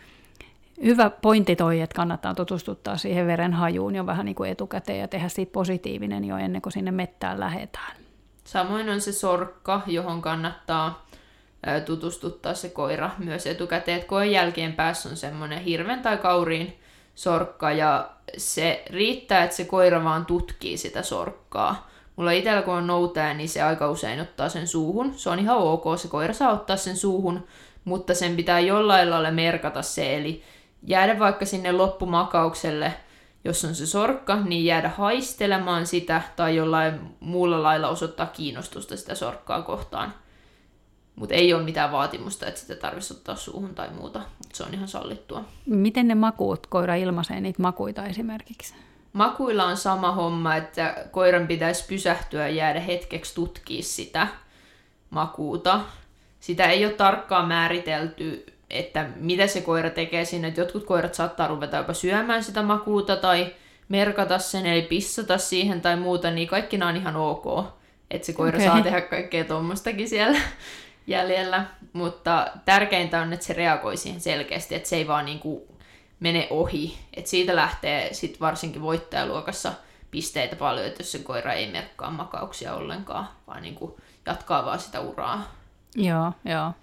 hyvä pointti toi, että kannattaa tutustuttaa siihen veren hajuun jo vähän niin kuin etukäteen ja tehdä siitä positiivinen jo ennen kuin sinne mettään lähdetään. Samoin on se sorkka, johon kannattaa tutustuttaa se koira myös etukäteen. Että koen jälkeen päässä on semmoinen hirven tai kauriin sorkka ja se riittää, että se koira vaan tutkii sitä sorkkaa. Mulla itsellä kun on noutaja, niin se aika usein ottaa sen suuhun. Se on ihan ok, se koira saa ottaa sen suuhun, mutta sen pitää jollain lailla merkata se, eli jäädä vaikka sinne loppumakaukselle, jos on se sorkka, niin jäädä haistelemaan sitä tai jollain muulla lailla osoittaa kiinnostusta sitä sorkkaa kohtaan. Mutta ei ole mitään vaatimusta, että sitä tarvitsisi ottaa suuhun tai muuta, mutta se on ihan sallittua. Miten ne makuut, koira ilmaisee niitä makuita esimerkiksi? Makuilla on sama homma, että koiran pitäisi pysähtyä ja jäädä hetkeksi tutkia sitä makuuta. Sitä ei ole tarkkaan määritelty, että mitä se koira tekee siinä. Että jotkut koirat saattaa ruveta jopa syömään sitä makuuta tai merkata sen, eli pissata siihen tai muuta, niin kaikki nämä on ihan ok. Että se koira saa tehdä kaikkea tuommoistakin siellä jäljellä. Mutta tärkeintä on, että se reagoi siihen selkeästi, että se ei vaan niinku mene ohi. Että siitä lähtee sit varsinkin voittajaluokassa pisteitä paljon, että jos se koira ei merkkaa makauksia ollenkaan, vaan niinku jatkaa vaan sitä uraa. Joo.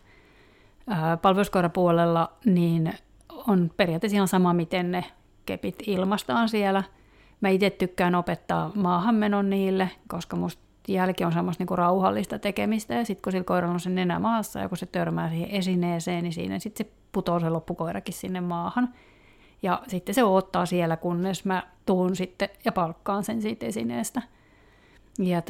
Palveluskoirapuolella niin on periaatteessa ihan sama, miten ne kepit ilmaistaan siellä. Mä itse tykkään opettaa maahanmenon niille, koska musta jälki on semmoista niinku rauhallista tekemistä. Ja sitten kun sillä koiralla on se nenä maassa ja kun se törmää siihen esineeseen, niin siinä sitten se putoo se loppukoirakin sinne maahan. Ja sitten se odottaa siellä, kunnes mä tuun sitten ja palkkaan sen siitä esineestä. Ja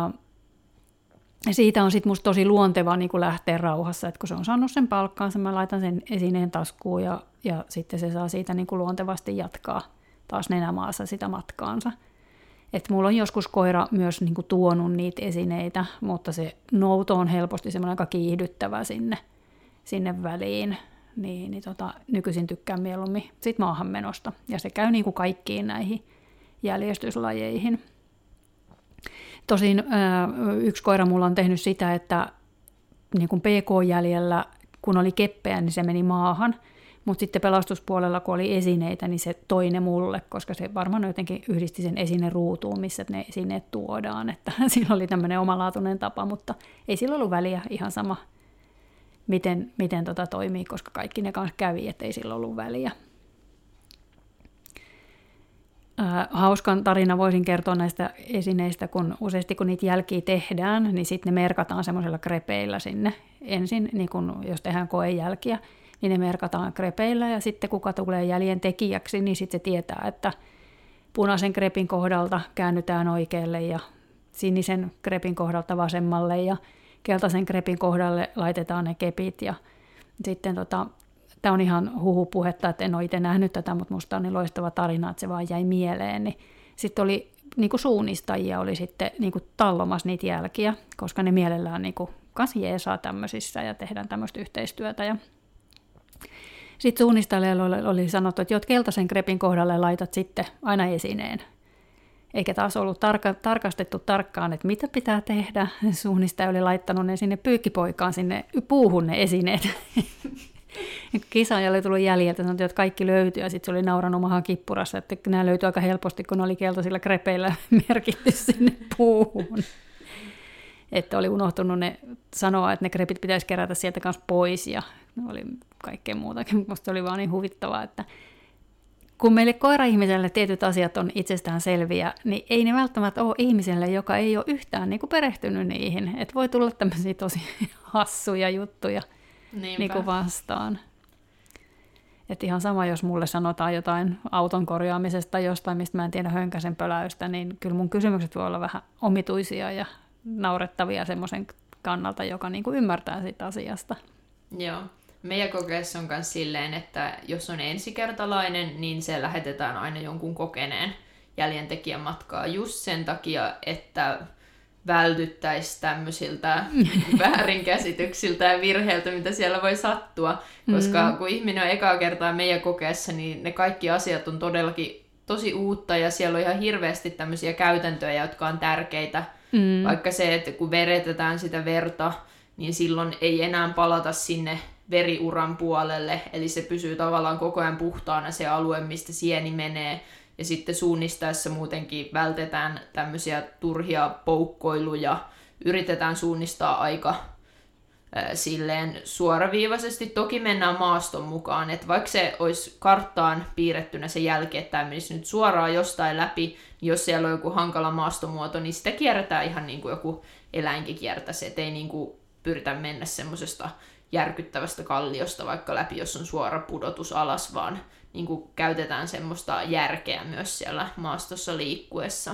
siitä on sitten musta tosi luontevaa niin kuin lähteä rauhassa, että kun se on saanut sen palkkaansa, mä laitan sen esineen taskuun ja sitten se saa siitä niin kuin luontevasti jatkaa taas nenämaassa sitä matkaansa. Että mulla on joskus koira myös niin kuin tuonut niitä esineitä, mutta se nouto on helposti semmoinen aika kiihdyttävä sinne väliin. Nykyisin tykkään mieluummin sit maahanmenosta ja se käy niin kuin kaikkiin näihin jäljestyslajeihin. Tosin yksi koira mulla on tehnyt sitä, että niin kun PK-jäljellä, kun oli keppeä, niin se meni maahan, mutta sitten pelastuspuolella, kun oli esineitä, niin se toi ne mulle, koska se varmaan jotenkin yhdisti sen esine ruutuun, missä ne esineet tuodaan, että sillä oli tämmöinen omalaatuinen tapa, mutta ei sillä ollut väliä, ihan sama, miten toimii, koska kaikki ne kanssa kävi, että ei sillä ollut väliä. Hauskan tarina voisin kertoa näistä esineistä, kun useasti kun niitä jälkiä tehdään, niin sitten ne merkataan semmoisella krepeillä sinne. Ensin, niin kun, jos tehdään koejälkiä, niin ne merkataan krepeillä ja sitten kuka tulee jäljen tekijäksi, niin sitten se tietää, että punaisen krepin kohdalta käännytään oikealle ja sinisen krepin kohdalta vasemmalle ja keltaisen krepin kohdalle laitetaan ne kepit ja sitten tämä on ihan huhupuhetta, että en ole itse nähnyt tätä, mutta musta on niin loistava tarina, että se vaan jäi mieleen. Niin sitten oli niinku suunnistajia oli sitten niinku tallomassa niitä jälkiä, koska ne mielellään niinku kans jeesaa tämmöisissä ja tehdään tämmöistä yhteistyötä. Ja sitten suunnistajille oli sanottu, että keltaisen krepin kohdalle laitat sitten aina esineen. Eikä taas ollut tarkastettu tarkkaan, että mitä pitää tehdä. Suunnistaja oli laittanut ne sinne pyykkipoikaan sinne puuhun ne esineet. Kisaajalle oli tullut jäljeltä, sanottiin, että kaikki löytyi, ja sitten se oli nauranut omahan kippurassa, että nämä löytyi aika helposti, kun ne oli keltaisilla krepeillä merkitty sinne puuhun. Että oli unohtunut ne sanoa, että ne krepit pitäisi kerätä sieltä kanssa pois, ja oli kaikkea muutakin, mutta musta oli vaan niin huvittavaa, että kun meille koira-ihmiselle tietyt asiat on itsestään selviä, niin ei ne välttämättä ole ihmiselle, joka ei ole yhtään niin kuin perehtynyt niihin. Että voi tulla tämmöisiä tosi hassuja juttuja niin kuin vastaan. Että ihan sama, jos mulle sanotaan jotain auton korjaamisesta jostain, mistä mä en tiedä hönkäsen pöläystä, niin kyllä mun kysymykset voi olla vähän omituisia ja naurettavia semmoisen kannalta, joka niin kuin ymmärtää siitä asiasta. Joo. Meidän kokeessa on myös silleen, että jos on ensikertalainen, niin se lähetetään aina jonkun kokeneen jäljentekijän matkaa just sen takia, että vältyttäisiin tämmöisiltä väärinkäsityksiltä ja virheiltä, mitä siellä voi sattua. Koska kun ihminen on ekaa kertaa meidän kokeessa, niin ne kaikki asiat on todellakin tosi uutta ja siellä on ihan hirveästi tämmöisiä käytäntöjä, jotka on tärkeitä. Vaikka se, että kun veretetään sitä verta, niin silloin ei enää palata sinne veriuran puolelle, eli se pysyy tavallaan koko ajan puhtaana se alue, mistä sieni menee. Ja sitten suunnistaessa muutenkin vältetään tämmöisiä turhia poukkoiluja, yritetään suunnistaa aika silleen suoraviivaisesti. Toki mennään maaston mukaan, että vaikka se olisi karttaan piirrettynä se jälki, että tämä menisi nyt suoraan jostain läpi, niin jos siellä on joku hankala maastomuoto, niin sitä kierretään ihan niin kuin joku eläinkin kiertäisi, ettei niin kuin pyritä mennä semmoisesta järkyttävästä kalliosta vaikka läpi, jos on suora pudotus alas, vaan niin kuin käytetään semmoista järkeä myös siellä maastossa liikkuessa.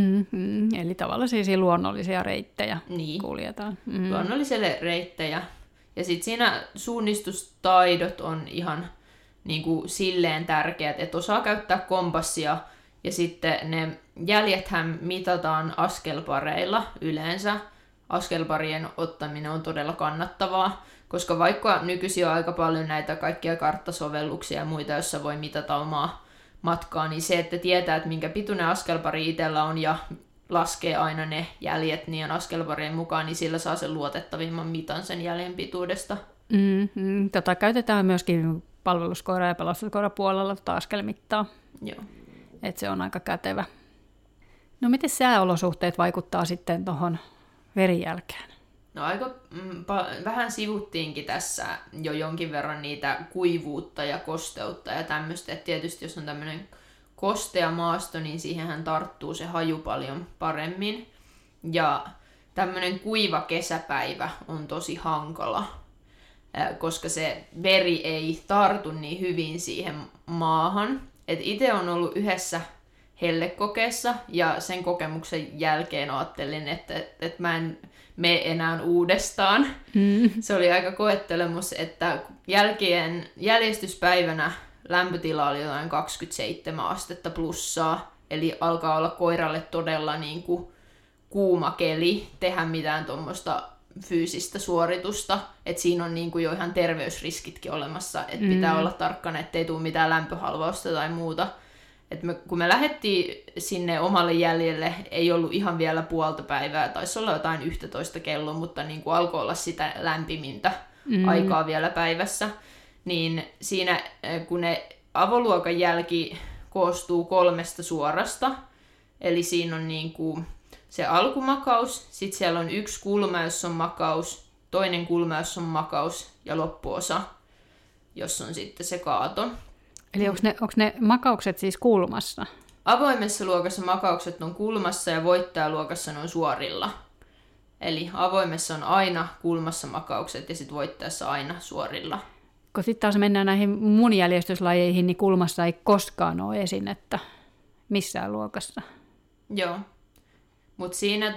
Eli tavallaan siis luonnollisia reittejä kuljetaan. Luonnolliselle reittejä. Ja sitten siinä suunnistustaidot on ihan niin kuin silleen tärkeät, että osaa käyttää kompassia. Ja sitten ne jäljethän mitataan askelpareilla yleensä. Askelparien ottaminen on todella kannattavaa, koska vaikka nykyisin on aika paljon näitä kaikkia karttasovelluksia ja muita, joissa voi mitata omaa matkaa, niin se, että tietää, että minkä pituinen askelpari itsellä on ja laskee aina ne jäljet niiden askelparien mukaan, niin sillä saa sen luotettavimman mitan sen jäljen pituudesta. Käytetään myöskin palveluskoira- ja pelastuskoirapuolella askelmittaa. Joo. Et se on aika kätevä. No miten sääolosuhteet vaikuttaa sitten tuohon verijälkeen? No aika vähän sivuttiinkin tässä jo jonkin verran niitä kuivuutta ja kosteutta ja tämmöistä. Et tietysti jos on tämmöinen kostea maasto, niin siihenhän tarttuu se haju paljon paremmin. Ja tämmöinen kuiva kesäpäivä on tosi hankala, koska se veri ei tartu niin hyvin siihen maahan. Et itse on ollut yhdessä hellekokeessa ja sen kokemuksen jälkeen ajattelin, että mä en mene enää uudestaan. Se oli aika koettelemus, että jäljestyspäivänä lämpötila oli jotain 27 astetta plussaa, eli alkaa olla koiralle todella niin kuin kuuma keli tehdä mitään tuommoista fyysistä suoritusta, että siinä on niin kuin jo ihan terveysriskitkin olemassa, että pitää olla tarkkana, ettei tule mitään lämpöhalvausta tai muuta. Kun me lähdettiin sinne omalle jäljelle, ei ollut ihan vielä puolta päivää, taisi olla jotain 11 kello, mutta niin kuin alkoi olla sitä lämpimintä aikaa vielä päivässä, niin siinä kun ne avoluokan jälki koostuu 3 suorasta, eli siinä on niin kuin se alkumakaus, sitten siellä on 1 kulma, jossa on makaus, toinen kulma, jossa on makaus ja loppuosa, jossa on sitten se kaato. Eli onko ne makaukset siis kulmassa? Avoimessa luokassa makaukset on kulmassa ja voittajaluokassa ne on suorilla. Eli avoimessa on aina kulmassa makaukset ja sitten voittajassa aina suorilla. Kun sitten taas mennään näihin mun jäljestyslajeihin, niin kulmassa ei koskaan ole esinettä missään luokassa. Joo. Mutta siinä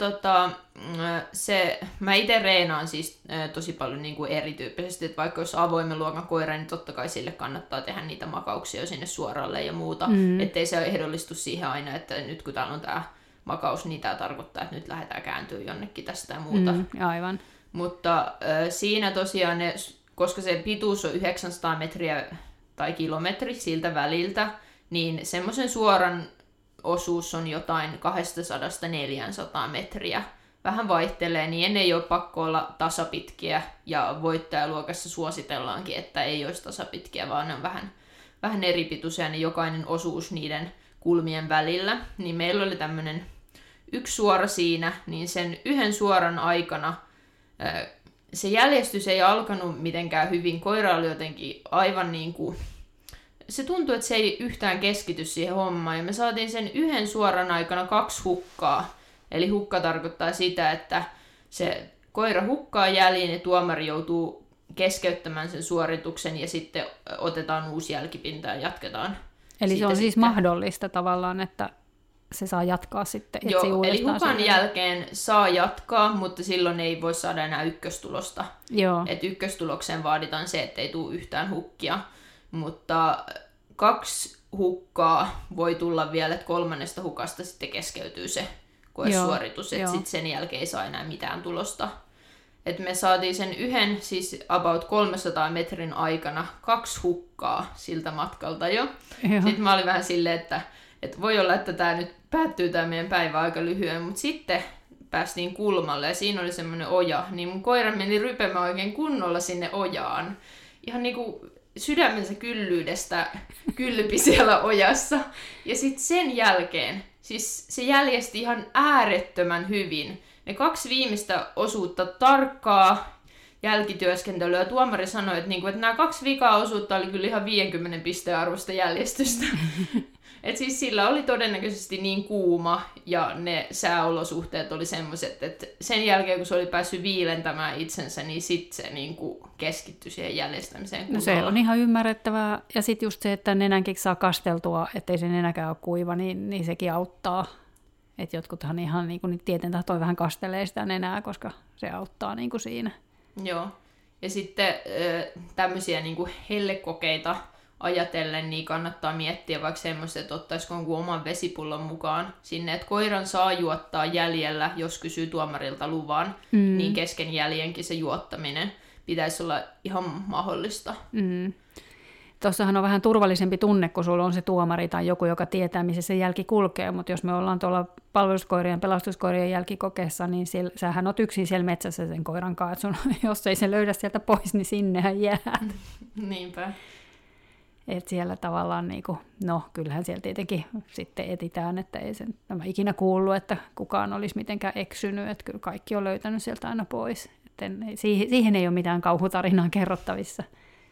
mä itse reenaan siis tosi paljon niin kuin erityyppisesti, että vaikka jos avoimen luokan koira, niin totta kai sille kannattaa tehdä niitä makauksia sinne suoralle ja muuta, ettei se ehdollistu siihen aina, että nyt kun täällä on tämä makaus, niin tämä tarkoittaa, että nyt lähdetään kääntyä jonnekin tästä ja muuta. Aivan. Mutta siinä tosiaan, koska se pituus on 900 metriä tai kilometri siltä väliltä, niin semmoisen suoran osuus on jotain 200-400 metriä. Vähän vaihtelee, niin ei ole pakko olla tasapitkiä, ja voittajaluokassa suositellaankin, että ei olisi tasapitkiä, vaan ne on vähän eri pituisia, niin jokainen osuus niiden kulmien välillä. Niin meillä oli tämmöinen 1 suora siinä, niin sen 1 suoran aikana se jäljestys ei alkanut mitenkään hyvin. Koira oli jotenkin aivan niin kuin... Se tuntui, että se ei yhtään keskity siihen hommaan. Ja me saatiin sen yhden suoran aikana 2 hukkaa. Eli hukka tarkoittaa sitä, että se koira hukkaa jäljiin ja tuomari joutuu keskeyttämään sen suorituksen ja sitten otetaan uusi jälkipinta ja jatketaan. Eli se on siis mahdollista tavallaan, että se saa jatkaa sitten. Joo, eli hukan jälkeen saa jatkaa, mutta silloin ei voi saada enää ykköstulosta. Joo. Et ykköstulokseen vaaditaan se, ettei tule yhtään hukkia. Mutta 2 hukkaa voi tulla vielä, että 3. hukasta sitten keskeytyy se koesuoritus, että sitten sen jälkeen ei saa enää mitään tulosta. Et me saatiin sen yhden, siis about 300 metrin aikana 2 hukkaa siltä matkalta jo. Sitten mä olin vähän silleen, että voi olla, että tämä nyt päättyy tämä meidän päivä aika lyhyen, mutta sitten päästiin kulmalle ja siinä oli semmoinen oja, niin mun koira meni rypemään oikein kunnolla sinne ojaan. Ihan niinku sydämensä kyllyydestä kylpi siellä ojassa. Ja sitten sen jälkeen, siis se jäljesti ihan äärettömän hyvin. Ne 2 viimeistä osuutta tarkkaa jälkityöskentelyä. Tuomari sanoi, että nämä 2 vikaa osuutta oli kyllä ihan 50 pisteen arvosta jäljestystä. Et siis sillä oli todennäköisesti niin kuuma ja ne sääolosuhteet oli semmoiset, että sen jälkeen kun se oli päässyt viilentämään itsensä, niin sitten se keskittyi siihen jäljestämiseen kunnolla. No se on ihan ymmärrettävää. Ja sitten just se, että nenänkin saa kasteltua, ettei se nenäkään ole kuiva, niin sekin auttaa. Että jotkuthan ihan niin tieten tahtoi vähän kastelee sitä nenää, koska se auttaa niin kuin siinä. Joo. Ja sitten tämmöisiä niin kuin hellekokeita ajatellen, niin kannattaa miettiä vaikka semmoista, että ottaisiko jonkun oman vesipullon mukaan sinne, että koiran saa juottaa jäljellä, jos kysyy tuomarilta luvan, niin kesken jäljenkin se juottaminen pitäisi olla ihan mahdollista. Tuossahan on vähän turvallisempi tunne, kun sulla on se tuomari tai joku, joka tietää, missä se jälki kulkee, mutta jos me ollaan tuolla palveluskoirien, pelastuskoirien jälkikokeessa, niin sähän oot yksin siellä metsässä sen koiran kanssa, jos ei se löydä sieltä pois, niin sinnehän jää. Niinpä. Että siellä tavallaan, no kyllähän siellä tietenkin sitten etitään, että ei sen tämä ikinä kuullut, että kukaan olisi mitenkään eksynyt, että kyllä kaikki on löytänyt sieltä aina pois. Siihen ei ole mitään kauhutarinaa kerrottavissa.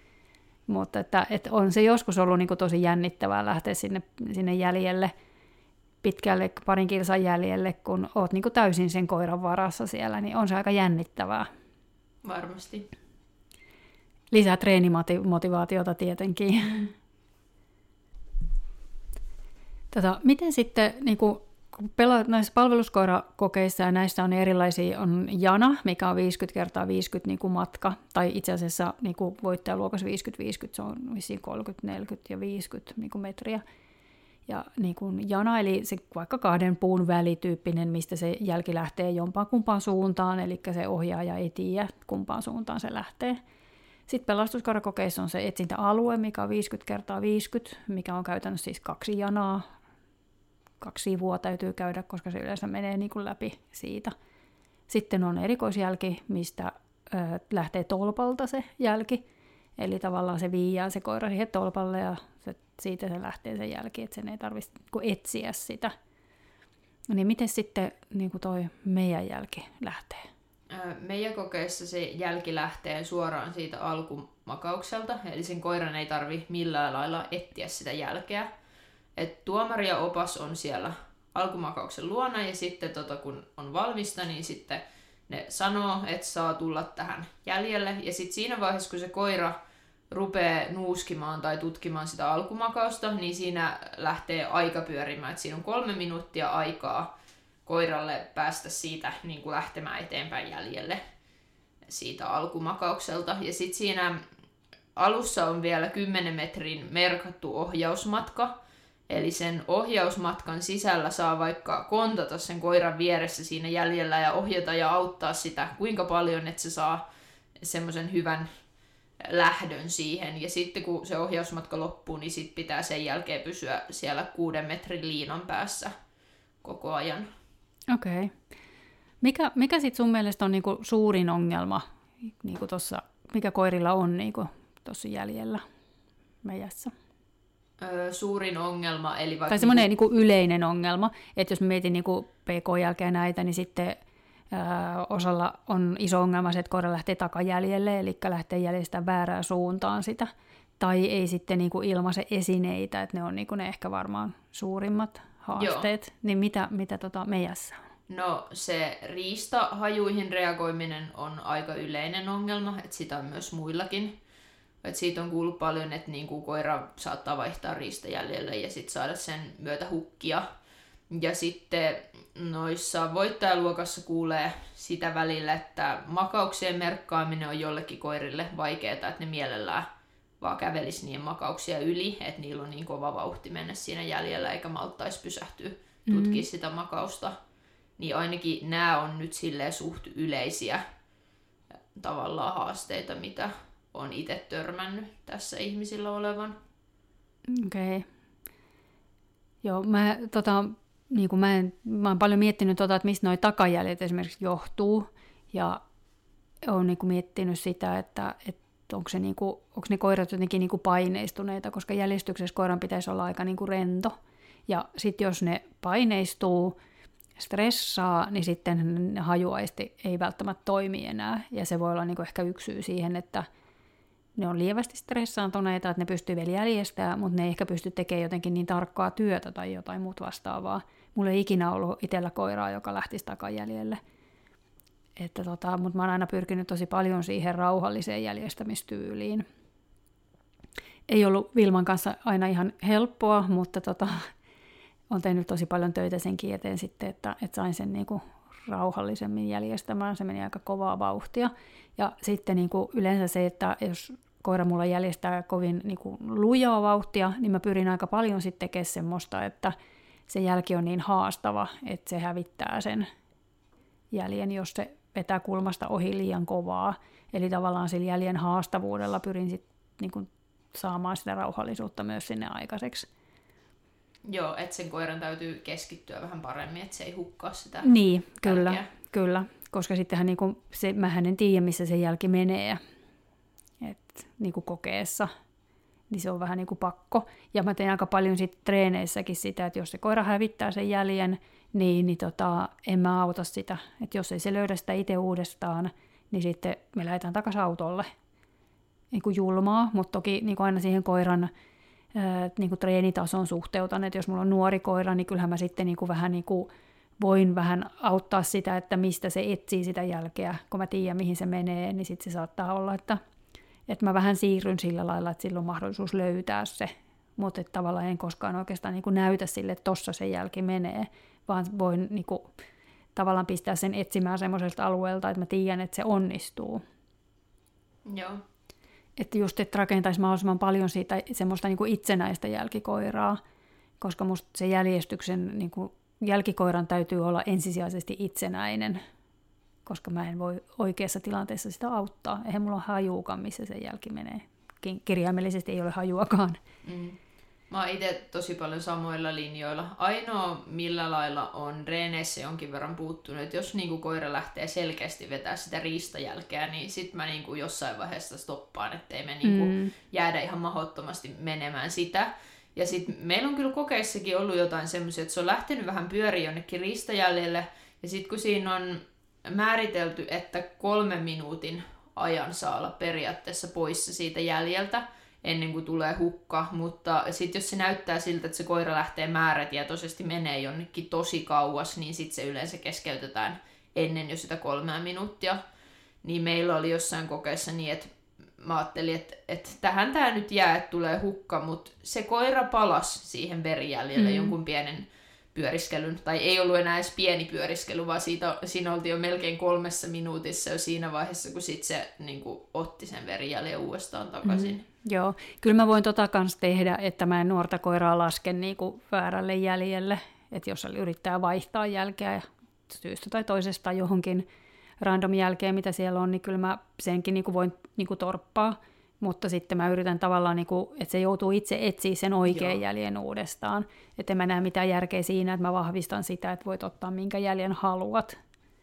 Mutta että on se joskus ollut tosi jännittävää lähteä sinne jäljelle, pitkälle 2 kilsan jäljelle, kun oot täysin sen koiran varassa siellä, niin on se aika jännittävää. Varmasti. Lisää treenimotivaatiota tietenkin. Miten sitten, kun näissä palveluskoirakokeissa ja näissä on erilaisia, on jana, mikä on 50x50 matka, tai itse asiassa voittajaluokassa 50-50, se on vissiin 30, 40 ja 50 metriä. Ja jana, eli se vaikka 2 puun välityyppinen, mistä se jälki lähtee jompaan kumpaan suuntaan, eli se ohjaaja ei tiedä, kumpaan suuntaan se lähtee. Sitten pelastuskoirakokeissa on se etsintäalue, mikä on 50x50, mikä on käytännössä siis 2 janaa. 2 sivua täytyy käydä, koska se yleensä menee läpi siitä. Sitten on erikoisjälki, mistä lähtee tolpalta se jälki. Eli tavallaan se viiää se koira siihen tolpalle ja siitä se lähtee se jälki, että sen ei tarvitse etsiä sitä. Niin miten sitten toi meidän jälki lähtee? Meidän kokeessa se jälki lähtee suoraan siitä alkumakaukselta, eli sen koiran ei tarvitse millään lailla etsiä sitä jälkeä. Et tuomari ja opas on siellä alkumakauksen luona ja sitten kun on valmista, niin sitten ne sanoo, että saa tulla tähän jäljelle. Ja sitten siinä vaiheessa, kun se koira rupeaa nuuskimaan tai tutkimaan sitä alkumakausta, niin siinä lähtee aika pyörimään. Et siinä on 3 minuuttia aikaa koiralle päästä siitä lähtemään eteenpäin jäljelle siitä alkumakaukselta. Ja sitten siinä alussa on vielä 10 metrin merkattu ohjausmatka. Eli sen ohjausmatkan sisällä saa vaikka kontata sen koiran vieressä siinä jäljellä ja ohjata ja auttaa sitä kuinka paljon, että se saa semmoisen hyvän lähdön siihen. Ja sitten kun se ohjausmatka loppuu, niin sit pitää sen jälkeen pysyä siellä 6 metrin liinan päässä koko ajan. Okei. Mikä sitten sun mielestä on suurin ongelma, mikä koirilla on tuossa jäljellä meiässä? Suurin ongelma, eli vaikka... Tai semmoinen yleinen ongelma, että jos mietin PK-jälkeä näitä, niin sitten Osalla on iso ongelma se, että koira lähtee takajäljelle, eli lähtee jäljestä väärään suuntaan sitä. Tai ei sitten niin kuin ilmaise esineitä, että ne on niin kuin ne ehkä varmaan suurimmat haasteet. Joo. Niin mitä meijässä on? No se riistahajuihin reagoiminen on aika yleinen ongelma, että sitä on myös muillakin. Et siitä on kuullut paljon, että niinku koira saattaa vaihtaa riistajäljelle ja sitten saada sen myötä hukkia. Ja sitten noissa voittajaluokassa kuulee sitä välillä, että makauksien merkkaaminen on jollekin koirille vaikeaa, että ne mielellään vaan kävelisi niiden makauksia yli, että niillä on niin kova vauhti mennä siinä jäljellä eikä malttaisi pysähtyä tutkia sitä makausta. Niin ainakin nämä on nyt silleen suht yleisiä tavallaan haasteita, mitä on itse törmännyt tässä ihmisillä olevan. Okei. Okay. Joo, mä oon paljon miettinyt, että mistä nuo takajäljet esimerkiksi johtuu. Ja oon niin kuin miettinyt sitä, että onko ne koirat jotenkin niin kuin paineistuneita, koska jäljestyksessä koiran pitäisi olla aika niin kuin rento. Ja sitten jos ne paineistuu, stressaa, niin sitten hajuaisti ei välttämättä toimi enää. Ja se voi olla niin kuin ehkä yksi syy siihen, että ne on lievästi stressaantuneita, että ne pystyy vielä järjestämään, mutta ne ei ehkä pysty tekemään jotenkin niin tarkkaa työtä tai jotain muuta vastaavaa. Mulla ei ikinä ollut itsellä koiraa, joka lähtisi takajäljelle. Mutta mä oon aina pyrkinyt tosi paljon siihen rauhalliseen jäljestämistyyliin. Ei ollut Vilman kanssa aina ihan helppoa, mutta on tehnyt tosi paljon töitä senkin eteen sitten, että sain sen niinku rauhallisemmin järjestämään. Se meni aika kovaa vauhtia. Ja sitten niinku yleensä se, että jos koira mulla jäljestää kovin niinku lujaa vauhtia, niin mä pyrin aika paljon sitten tekemään semmoista, että se jälki on niin haastava, että se hävittää sen jäljen, jos se vetää kulmasta ohi liian kovaa. Eli tavallaan sillä jäljen haastavuudella pyrin sitten niinku saamaan sitä rauhallisuutta myös sinne aikaiseksi. Joo, että sen koiran täytyy keskittyä vähän paremmin, että se ei hukkaa sitä. Niin, kyllä, koska sittenhän niinku mähän en tiedä, missä se jälki menee, että niinku kokeessa, niin se on vähän niinku pakko. Ja mä teen aika paljon sit treeneissäkin sitä, että jos se koira hävittää sen jäljen, niin en mä auta sitä. Että jos ei se löydä sitä itse uudestaan, niin sitten me lähdetään takaisin autolle. Niinku julmaa, mutta toki niinku aina siihen koiran niin kuin treenitason suhteutan, että jos mulla on nuori koira, niin kyllähän mä sitten niin kuin vähän niin kuin voin vähän auttaa sitä, että mistä se etsii sitä jälkeä, kun mä tiedän, mihin se menee, niin sitten se saattaa olla, että mä vähän siirryn sillä lailla, että sillä on mahdollisuus löytää se, mutta tavallaan en koskaan oikeastaan niin kuin näytä sille, että tossa se jälki menee, vaan voin niin kuin tavallaan pistää sen etsimään semmoiselta alueelta, että mä tiedän, että se onnistuu. Joo. Että just, että rakentaisi mahdollisimman paljon siitä semmoista niin kuin itsenäistä jälkikoiraa, koska musta se jäljestyksen niin kuin jälkikoiran täytyy olla ensisijaisesti itsenäinen, koska mä en voi oikeassa tilanteessa sitä auttaa. Eihän mulla ole hajuukaan, missä se jälki menee. Kirjaimellisesti ei ole hajuakaan. Mä oon itse tosi paljon samoilla linjoilla. Ainoa millä lailla on reeneissä jonkin verran puuttunut, että jos niinku koira lähtee selkeästi vetää sitä riistajälkeä, niin sit mä niinku jossain vaiheessa stoppaan, ettei me niinku jäädä ihan mahdottomasti menemään sitä. Ja sit meillä on kyllä kokeissakin ollut jotain semmoisia, että se on lähtenyt vähän pyöriin jonnekin riistajäljelle, ja sit kun siinä on määritelty, että 3 minuutin ajan saa olla periaatteessa poissa siitä jäljeltä, ennen kuin tulee hukka, mutta sitten jos se näyttää siltä, että se koira lähtee määrätietoisesti menee jonnekin tosi kauas, niin sitten se yleensä keskeytetään ennen jo sitä 3 minuuttia. Niin meillä oli jossain kokeessa niin, että mä ajattelin, että tähän tämä nyt jää, että tulee hukka, mutta se koira palasi siihen verijäljelle jonkun pienen pyöriskelyn, tai ei ollut enää edes pieni pyöriskely, vaan siinä oltiin jo melkein 3 minuutissa jo siinä vaiheessa, kun sit se niin kuin, otti sen verijäljen uudestaan takaisin. Joo, kyllä mä voin kanssa tehdä, että mä en nuorta koiraa lasken niin kuin väärälle jäljelle, että jos yrittää vaihtaa jälkeä syystä tai toisesta johonkin random jälkeen, mitä siellä on, niin kyllä mä senkin niin kuin voin niin kuin torppaa. Mutta sitten mä yritän tavallaan, että se joutuu itse etsiä sen oikean jäljen uudestaan. Että en mä näe mitään järkeä siinä, että mä vahvistan sitä, että voit ottaa minkä jäljen haluat.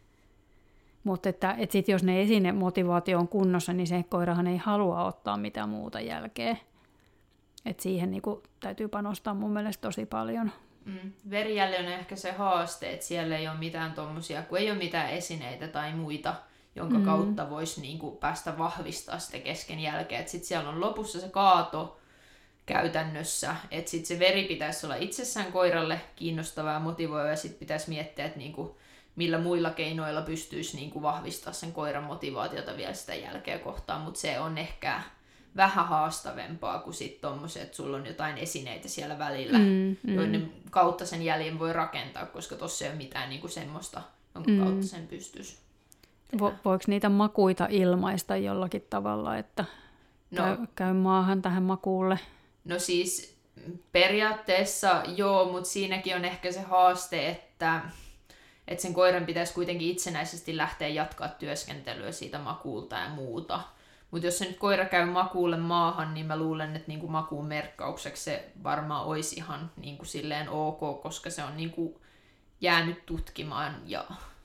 Mutta että sitten jos ne esinemotivaatio on kunnossa, niin se koirahan ei halua ottaa mitään muuta jälkeä. Että siihen täytyy panostaa mun mielestä tosi paljon. Verijälli on ehkä se haaste, että siellä ei ole mitään tommosia, kun ei ole mitään esineitä tai muita, jonka kautta voisi niinku päästä vahvistaa sitä kesken jälkeen. Sitten siellä on lopussa se kaato käytännössä, että sitten se veri pitäisi olla itsessään koiralle kiinnostavaa ja motivoivaa, ja sitten pitäisi miettiä, että niinku, millä muilla keinoilla pystyisi niinku vahvistaa sen koiran motivaatiota vielä sitä jälkeä kohtaan, mutta se on ehkä vähän haastavempaa kuin sitten tommoset, että sulla on jotain esineitä siellä välillä, joiden kautta sen jäljen voi rakentaa, koska tossa ei ole mitään niinku semmoista, jonka kautta sen pystyisi. Voiko niitä makuita ilmaista jollakin tavalla, että käy maahan tähän makuulle? No siis periaatteessa joo, mutta siinäkin on ehkä se haaste, että sen koiran pitäisi kuitenkin itsenäisesti lähteä jatkaa työskentelyä siitä makuulta ja muuta. Mutta jos se nyt koira käy makuulle maahan, niin mä luulen, että niinku makuun merkkaukseksi se varmaan olisi ihan niinku silleen ok, koska se on niinku jäänyt tutkimaan ja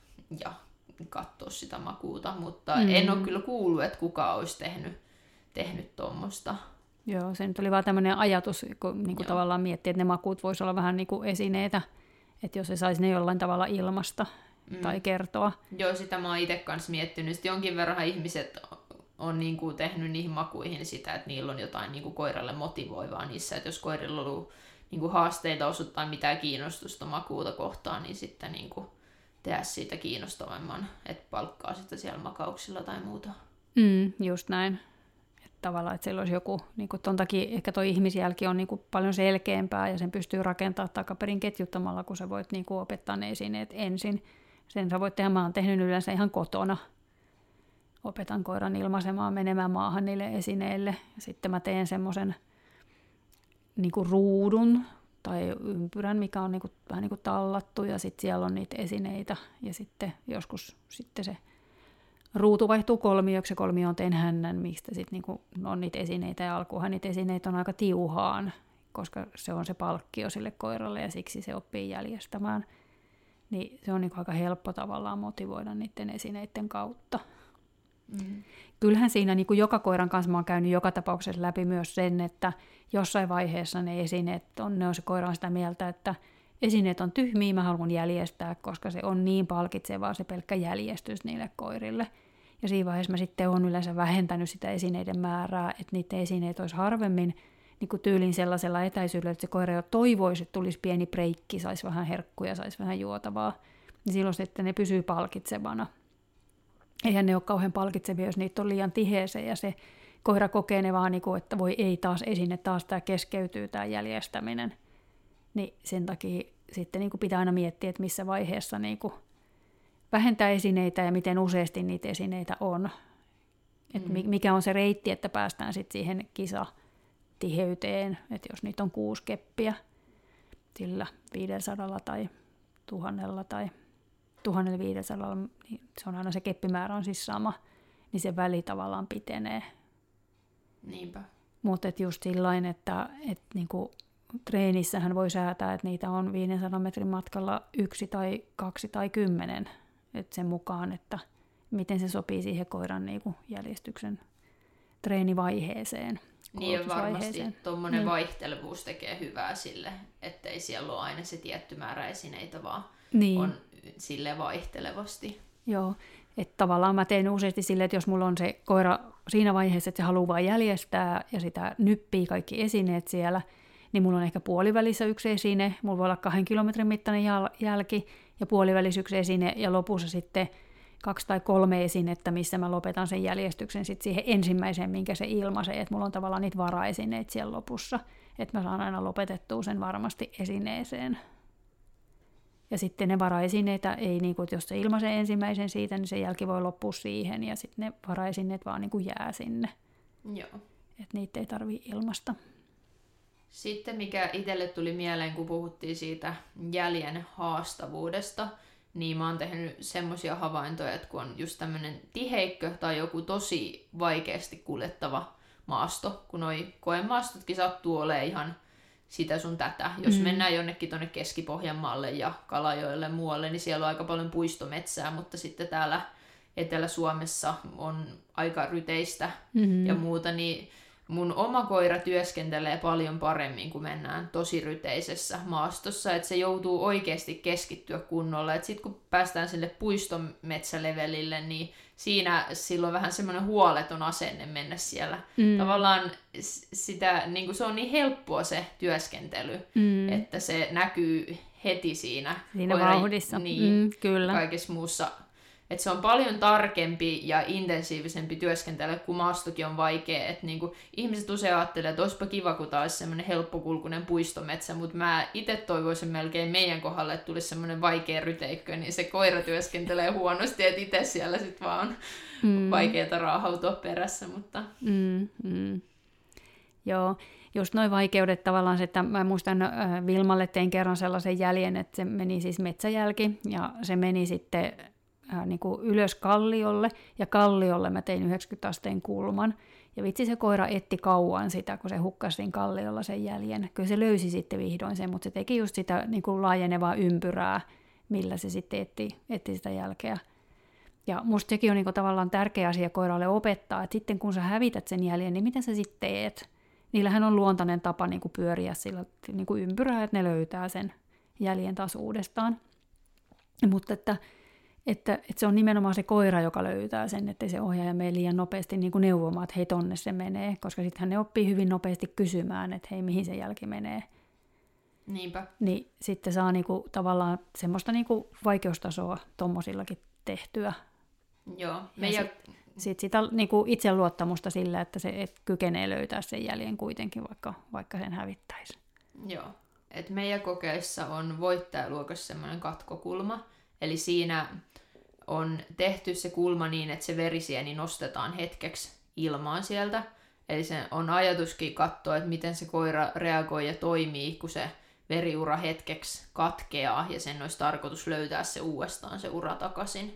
katsoa sitä makuuta. Mutta en ole kyllä kuullut, että kukaan olisi tehnyt tuommoista. Joo, se nyt oli vaan tämmöinen ajatus, kun niinku tavallaan miettii, että ne makuut voisi olla vähän niinku esineitä, että jos se saisi ne jollain tavalla ilmasta tai kertoa. Joo, sitä mä oon itse kanssa miettinyt. Sitten jonkin verran ihmiset on niinku tehnyt niihin makuihin sitä, että niillä on jotain niinku koiralle motivoivaa niissä. Että jos koirilla on ollut niinku haasteita osoittaa mitään kiinnostusta makuuta kohtaan, niin sitten niinku tehdä siitä kiinnostavamman, että palkkaa sitä siellä makauksilla tai muuta. Just näin. Tavallaan, että siellä olisi joku, niin ton takia ehkä tuo ihmisjälki on niin kuin paljon selkeämpää ja sen pystyy rakentamaan takaperin ketjuttamalla, kun sä voit niin kuin opettaa ne esineet ensin. Sen sä voit tehdä, mä oon tehnyt yleensä ihan kotona. Opetan koiran ilmaisemaan menemään maahan niille esineille. Sitten mä teen semmoisen niin kuin ruudun tai ympyrän, mikä on niin kuin, vähän niin kuin tallattu ja sitten siellä on niitä esineitä ja sitten joskus sitten se ruutu vaihtuu kolmioksi ja kolmioon teen hännän, mistä sitten niinku on niitä esineitä ja alkuunhan niitä esineitä on aika tiuhaan, koska se on se palkkio sille koiralle ja siksi se oppii jäljestämään. Niin se on niinku aika helppo tavallaan motivoida niiden esineiden kautta. Kyllähän siinä niinku joka koiran kanssa mä oon käynyt joka tapauksessa läpi myös sen, että jossain vaiheessa ne esineet ne on se koira on sitä mieltä, että esineet on tyhmiä, mä haluan jäljestää, koska se on niin palkitsevaa se pelkkä jäljestys niille koirille. Ja siinä vaiheessa mä sitten olen yleensä vähentänyt sitä esineiden määrää, että niiden esineet olisi harvemmin niin kuin tyylin sellaisella etäisyydellä, että se koira jo toivoisi, että tulisi pieni breikki, saisi vähän herkkuja, saisi vähän juotavaa. Niin silloin sitten ne pysyy palkitsevana. Eihän ne ole kauhean palkitsevia, jos niitä on liian tiheeseen ja se koira kokee ne vaan, niin kuin, että voi ei taas esine, taas tämä keskeytyy tämä jäljestäminen. Niin sen takia sitten niin kuin pitää aina miettiä, että missä vaiheessa niin kuin vähentää esineitä ja miten useasti niitä esineitä on. Että mikä on se reitti, että päästään sitten siihen kisatiheyteen, että jos niitä on 6 keppiä sillä 500 tai 1000 tai 1500, niin se on aina se keppimäärä on siis sama, niin se väli tavallaan pitenee. Niinpä. Mutta just sillain, että niinku treenissähän voi säätää, että niitä on 500 metrin matkalla 1 tai 2 tai 10, että sen mukaan, että miten se sopii siihen koiran niinku jäljestyksen treenivaiheeseen. Niin ja varmasti tuommoinen vaihtelevuus tekee hyvää sille, ettei siellä ole aina se tietty määrä esineitä, vaan on sille vaihtelevasti. Joo, että tavallaan mä teen useasti silleen, että jos mulla on se koira siinä vaiheessa, että se haluaa vain jäljestää ja sitä nyppii kaikki esineet siellä, niin mulla on ehkä puolivälissä 1 esine, mulla voi olla 2 kilometrin mittainen jälki ja puolivälissä 1 esine ja lopussa sitten 2 tai 3 esinettä, missä mä lopetan sen jäljestyksen sitten siihen ensimmäiseen, minkä se ilmaisee, että mulla on tavallaan niitä varaesineitä siellä lopussa, että mä saan aina lopetettua sen varmasti esineeseen. Ja sitten ne varaesineitä ei, niin kuin, jos se ilmaisee ensimmäisen siitä, niin sen jälki voi loppua siihen ja sitten ne varaesineet vaan niin kuin jää sinne. Joo. Että niitä ei tarvitse ilmaista. Sitten mikä itselle tuli mieleen, kun puhuttiin siitä jäljen haastavuudesta, niin mä oon tehnyt semmoisia havaintoja, että kun on just tämmöinen tiheikkö tai joku tosi vaikeasti kuljettava maasto, kun noi koemaastotkin sattuu olemaan ihan sitä sun tätä. Jos mennään jonnekin tuonne Keski-Pohjanmaalle ja Kalajoelle muualle, niin siellä on aika paljon puistometsää, mutta sitten täällä Etelä-Suomessa on aika ryteistä ja muuta, niin mun oma koira työskentelee paljon paremmin, kun mennään tosi ryteisessä maastossa, että se joutuu oikeasti keskittyä kunnolla. Sitten kun päästään sille puistometsälevelille, niin siinä silloin vähän semmoinen huoleton asenne mennä siellä. Tavallaan sitä, niin kuin se on niin helppoa se työskentely, että se näkyy heti siinä vauhdissa. Niin, kyllä. Kaikessa muussa. Että se on paljon tarkempi ja intensiivisempi työskentely, kun maastokin on vaikea. Että niinku, ihmiset usein ajattelee, että olisipa kiva, kun taas semmoinen helppokulkuinen puistometsä, mutta mä itse toivoisin melkein meidän kohdalle, että tulisi semmoinen vaikea ryteikkö, niin se koira työskentelee huonosti, että itse siellä sitten vaan on vaikeaa raahautua perässä. Mutta... Joo, just noin vaikeudet tavallaan se, että mä muistan Vilmalle tein kerran sellaisen jäljen, että se meni siis metsäjälki ja se meni sitten niin kuin ylös kalliolle, ja kalliolle mä tein 90 asteen kulman. Ja vitsi, se koira etti kauan sitä, kun se hukkasi siinä kalliolla sen jäljen. Kyllä se löysi sitten vihdoin sen, mutta se teki just sitä niin kuin laajenevaa ympyrää, millä se sitten etti sitä jälkeä. Ja musta sekin on niin kuin tavallaan tärkeä asia koiralle opettaa, että sitten kun sä hävität sen jäljen, niin mitä sä sitten teet? Niillähän on luontainen tapa niin kuin pyöriä sillä niin kuin ympyrää, että ne löytää sen jäljen taas uudestaan. Mutta että se on nimenomaan se koira, joka löytää sen, ettei se ohjaaja mene liian nopeasti niin kuin neuvomaan, että hei, tonne se menee, koska sittenhän ne oppii hyvin nopeasti kysymään, että hei, mihin se jälki menee. Niinpä. Niin sitten saa niin kuin, tavallaan semmoista niin kuin vaikeustasoa tommosillakin tehtyä. Joo. Sitten sitä niin kuin itseluottamusta sillä, että se kykenee löytää sen jäljen kuitenkin, vaikka sen hävittäisi. Joo. Et meidän kokeissa on voittajaluokassa semmoinen katkokulma, eli siinä on tehty se kulma niin, että se verisieni nostetaan hetkeksi ilmaan sieltä. Eli se on ajatuskin katsoa, että miten se koira reagoi ja toimii, kun se veriura hetkeksi katkeaa, ja sen olisi tarkoitus löytää se uudestaan se ura takaisin.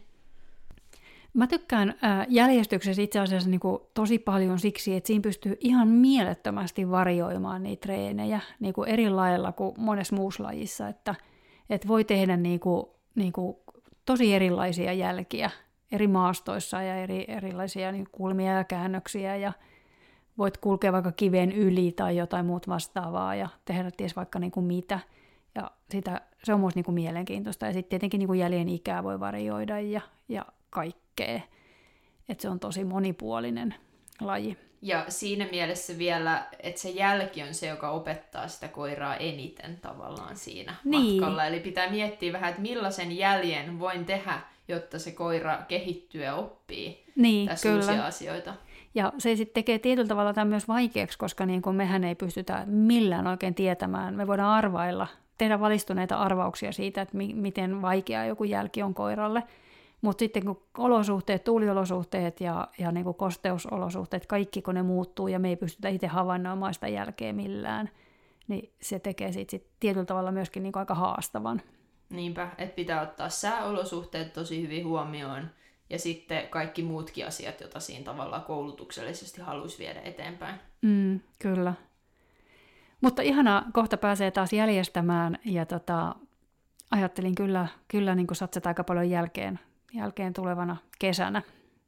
Mä tykkään jäljestyksessä itse asiassa niin kuin tosi paljon siksi, että siinä pystyy ihan mielettömästi varioimaan niitä treenejä niin kuin eri lailla kuin monessa muussa lajissa, että voi tehdä niin kuin tosi erilaisia jälkiä eri maastoissa ja erilaisia niin kulmia ja käännöksiä, ja voit kulkea vaikka kiven yli tai jotain muut vastaavaa ja tehdä ties vaikka niin kuin mitä. Ja se on musta niin kuin mielenkiintoista. Ja sitten tietenkin niin kuin jäljen ikää voi varioida ja kaikkea. Että se on tosi monipuolinen laji. Ja siinä mielessä vielä, että se jälki on se, joka opettaa sitä koiraa eniten tavallaan siinä matkalla. Eli pitää miettiä vähän, että millaisen jäljen voin tehdä, jotta se koira kehittyy ja oppii tässä uusia asioita. Ja se sitten tekee tietyllä tavalla tämän myös vaikeaksi, koska niin kun mehän ei pystytä millään oikein tietämään. Me voidaan arvailla, tehdä valistuneita arvauksia siitä, että miten vaikea joku jälki on koiralle. Mutta sitten kun olosuhteet, tuuliolosuhteet ja niin kuin kosteusolosuhteet, kaikki kun ne muuttuu ja me ei pystytä itse havainnoimaan sitä jälkeä millään, niin se tekee siitä sit tietyllä tavalla myöskin niin kuin aika haastavan. Niinpä, että pitää ottaa sääolosuhteet tosi hyvin huomioon ja sitten kaikki muutkin asiat, joita siinä tavallaan koulutuksellisesti haluaisi viedä eteenpäin. Kyllä. Mutta ihanaa, kohta pääsee taas jäljestämään ja ajattelin kyllä niin kuin satsata aika paljon jälkeen tulevana kesänä.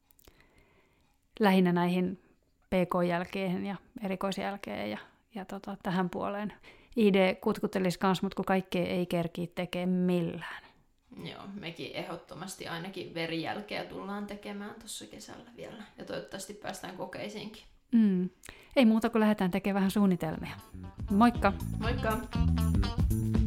Lähinnä näihin PK-jälkeen ja erikoisjälkeen ja tähän puoleen. ID kutkuttelisi kanssa, mutta kun kaikkea ei kerkiä tekemään millään. Joo, mekin ehdottomasti ainakin verijälkeä tullaan tekemään tuossa kesällä vielä. Ja toivottavasti päästään kokeisiinkin. Ei muuta kuin lähdetään tekemään vähän suunnitelmia. Moikka! Moikka!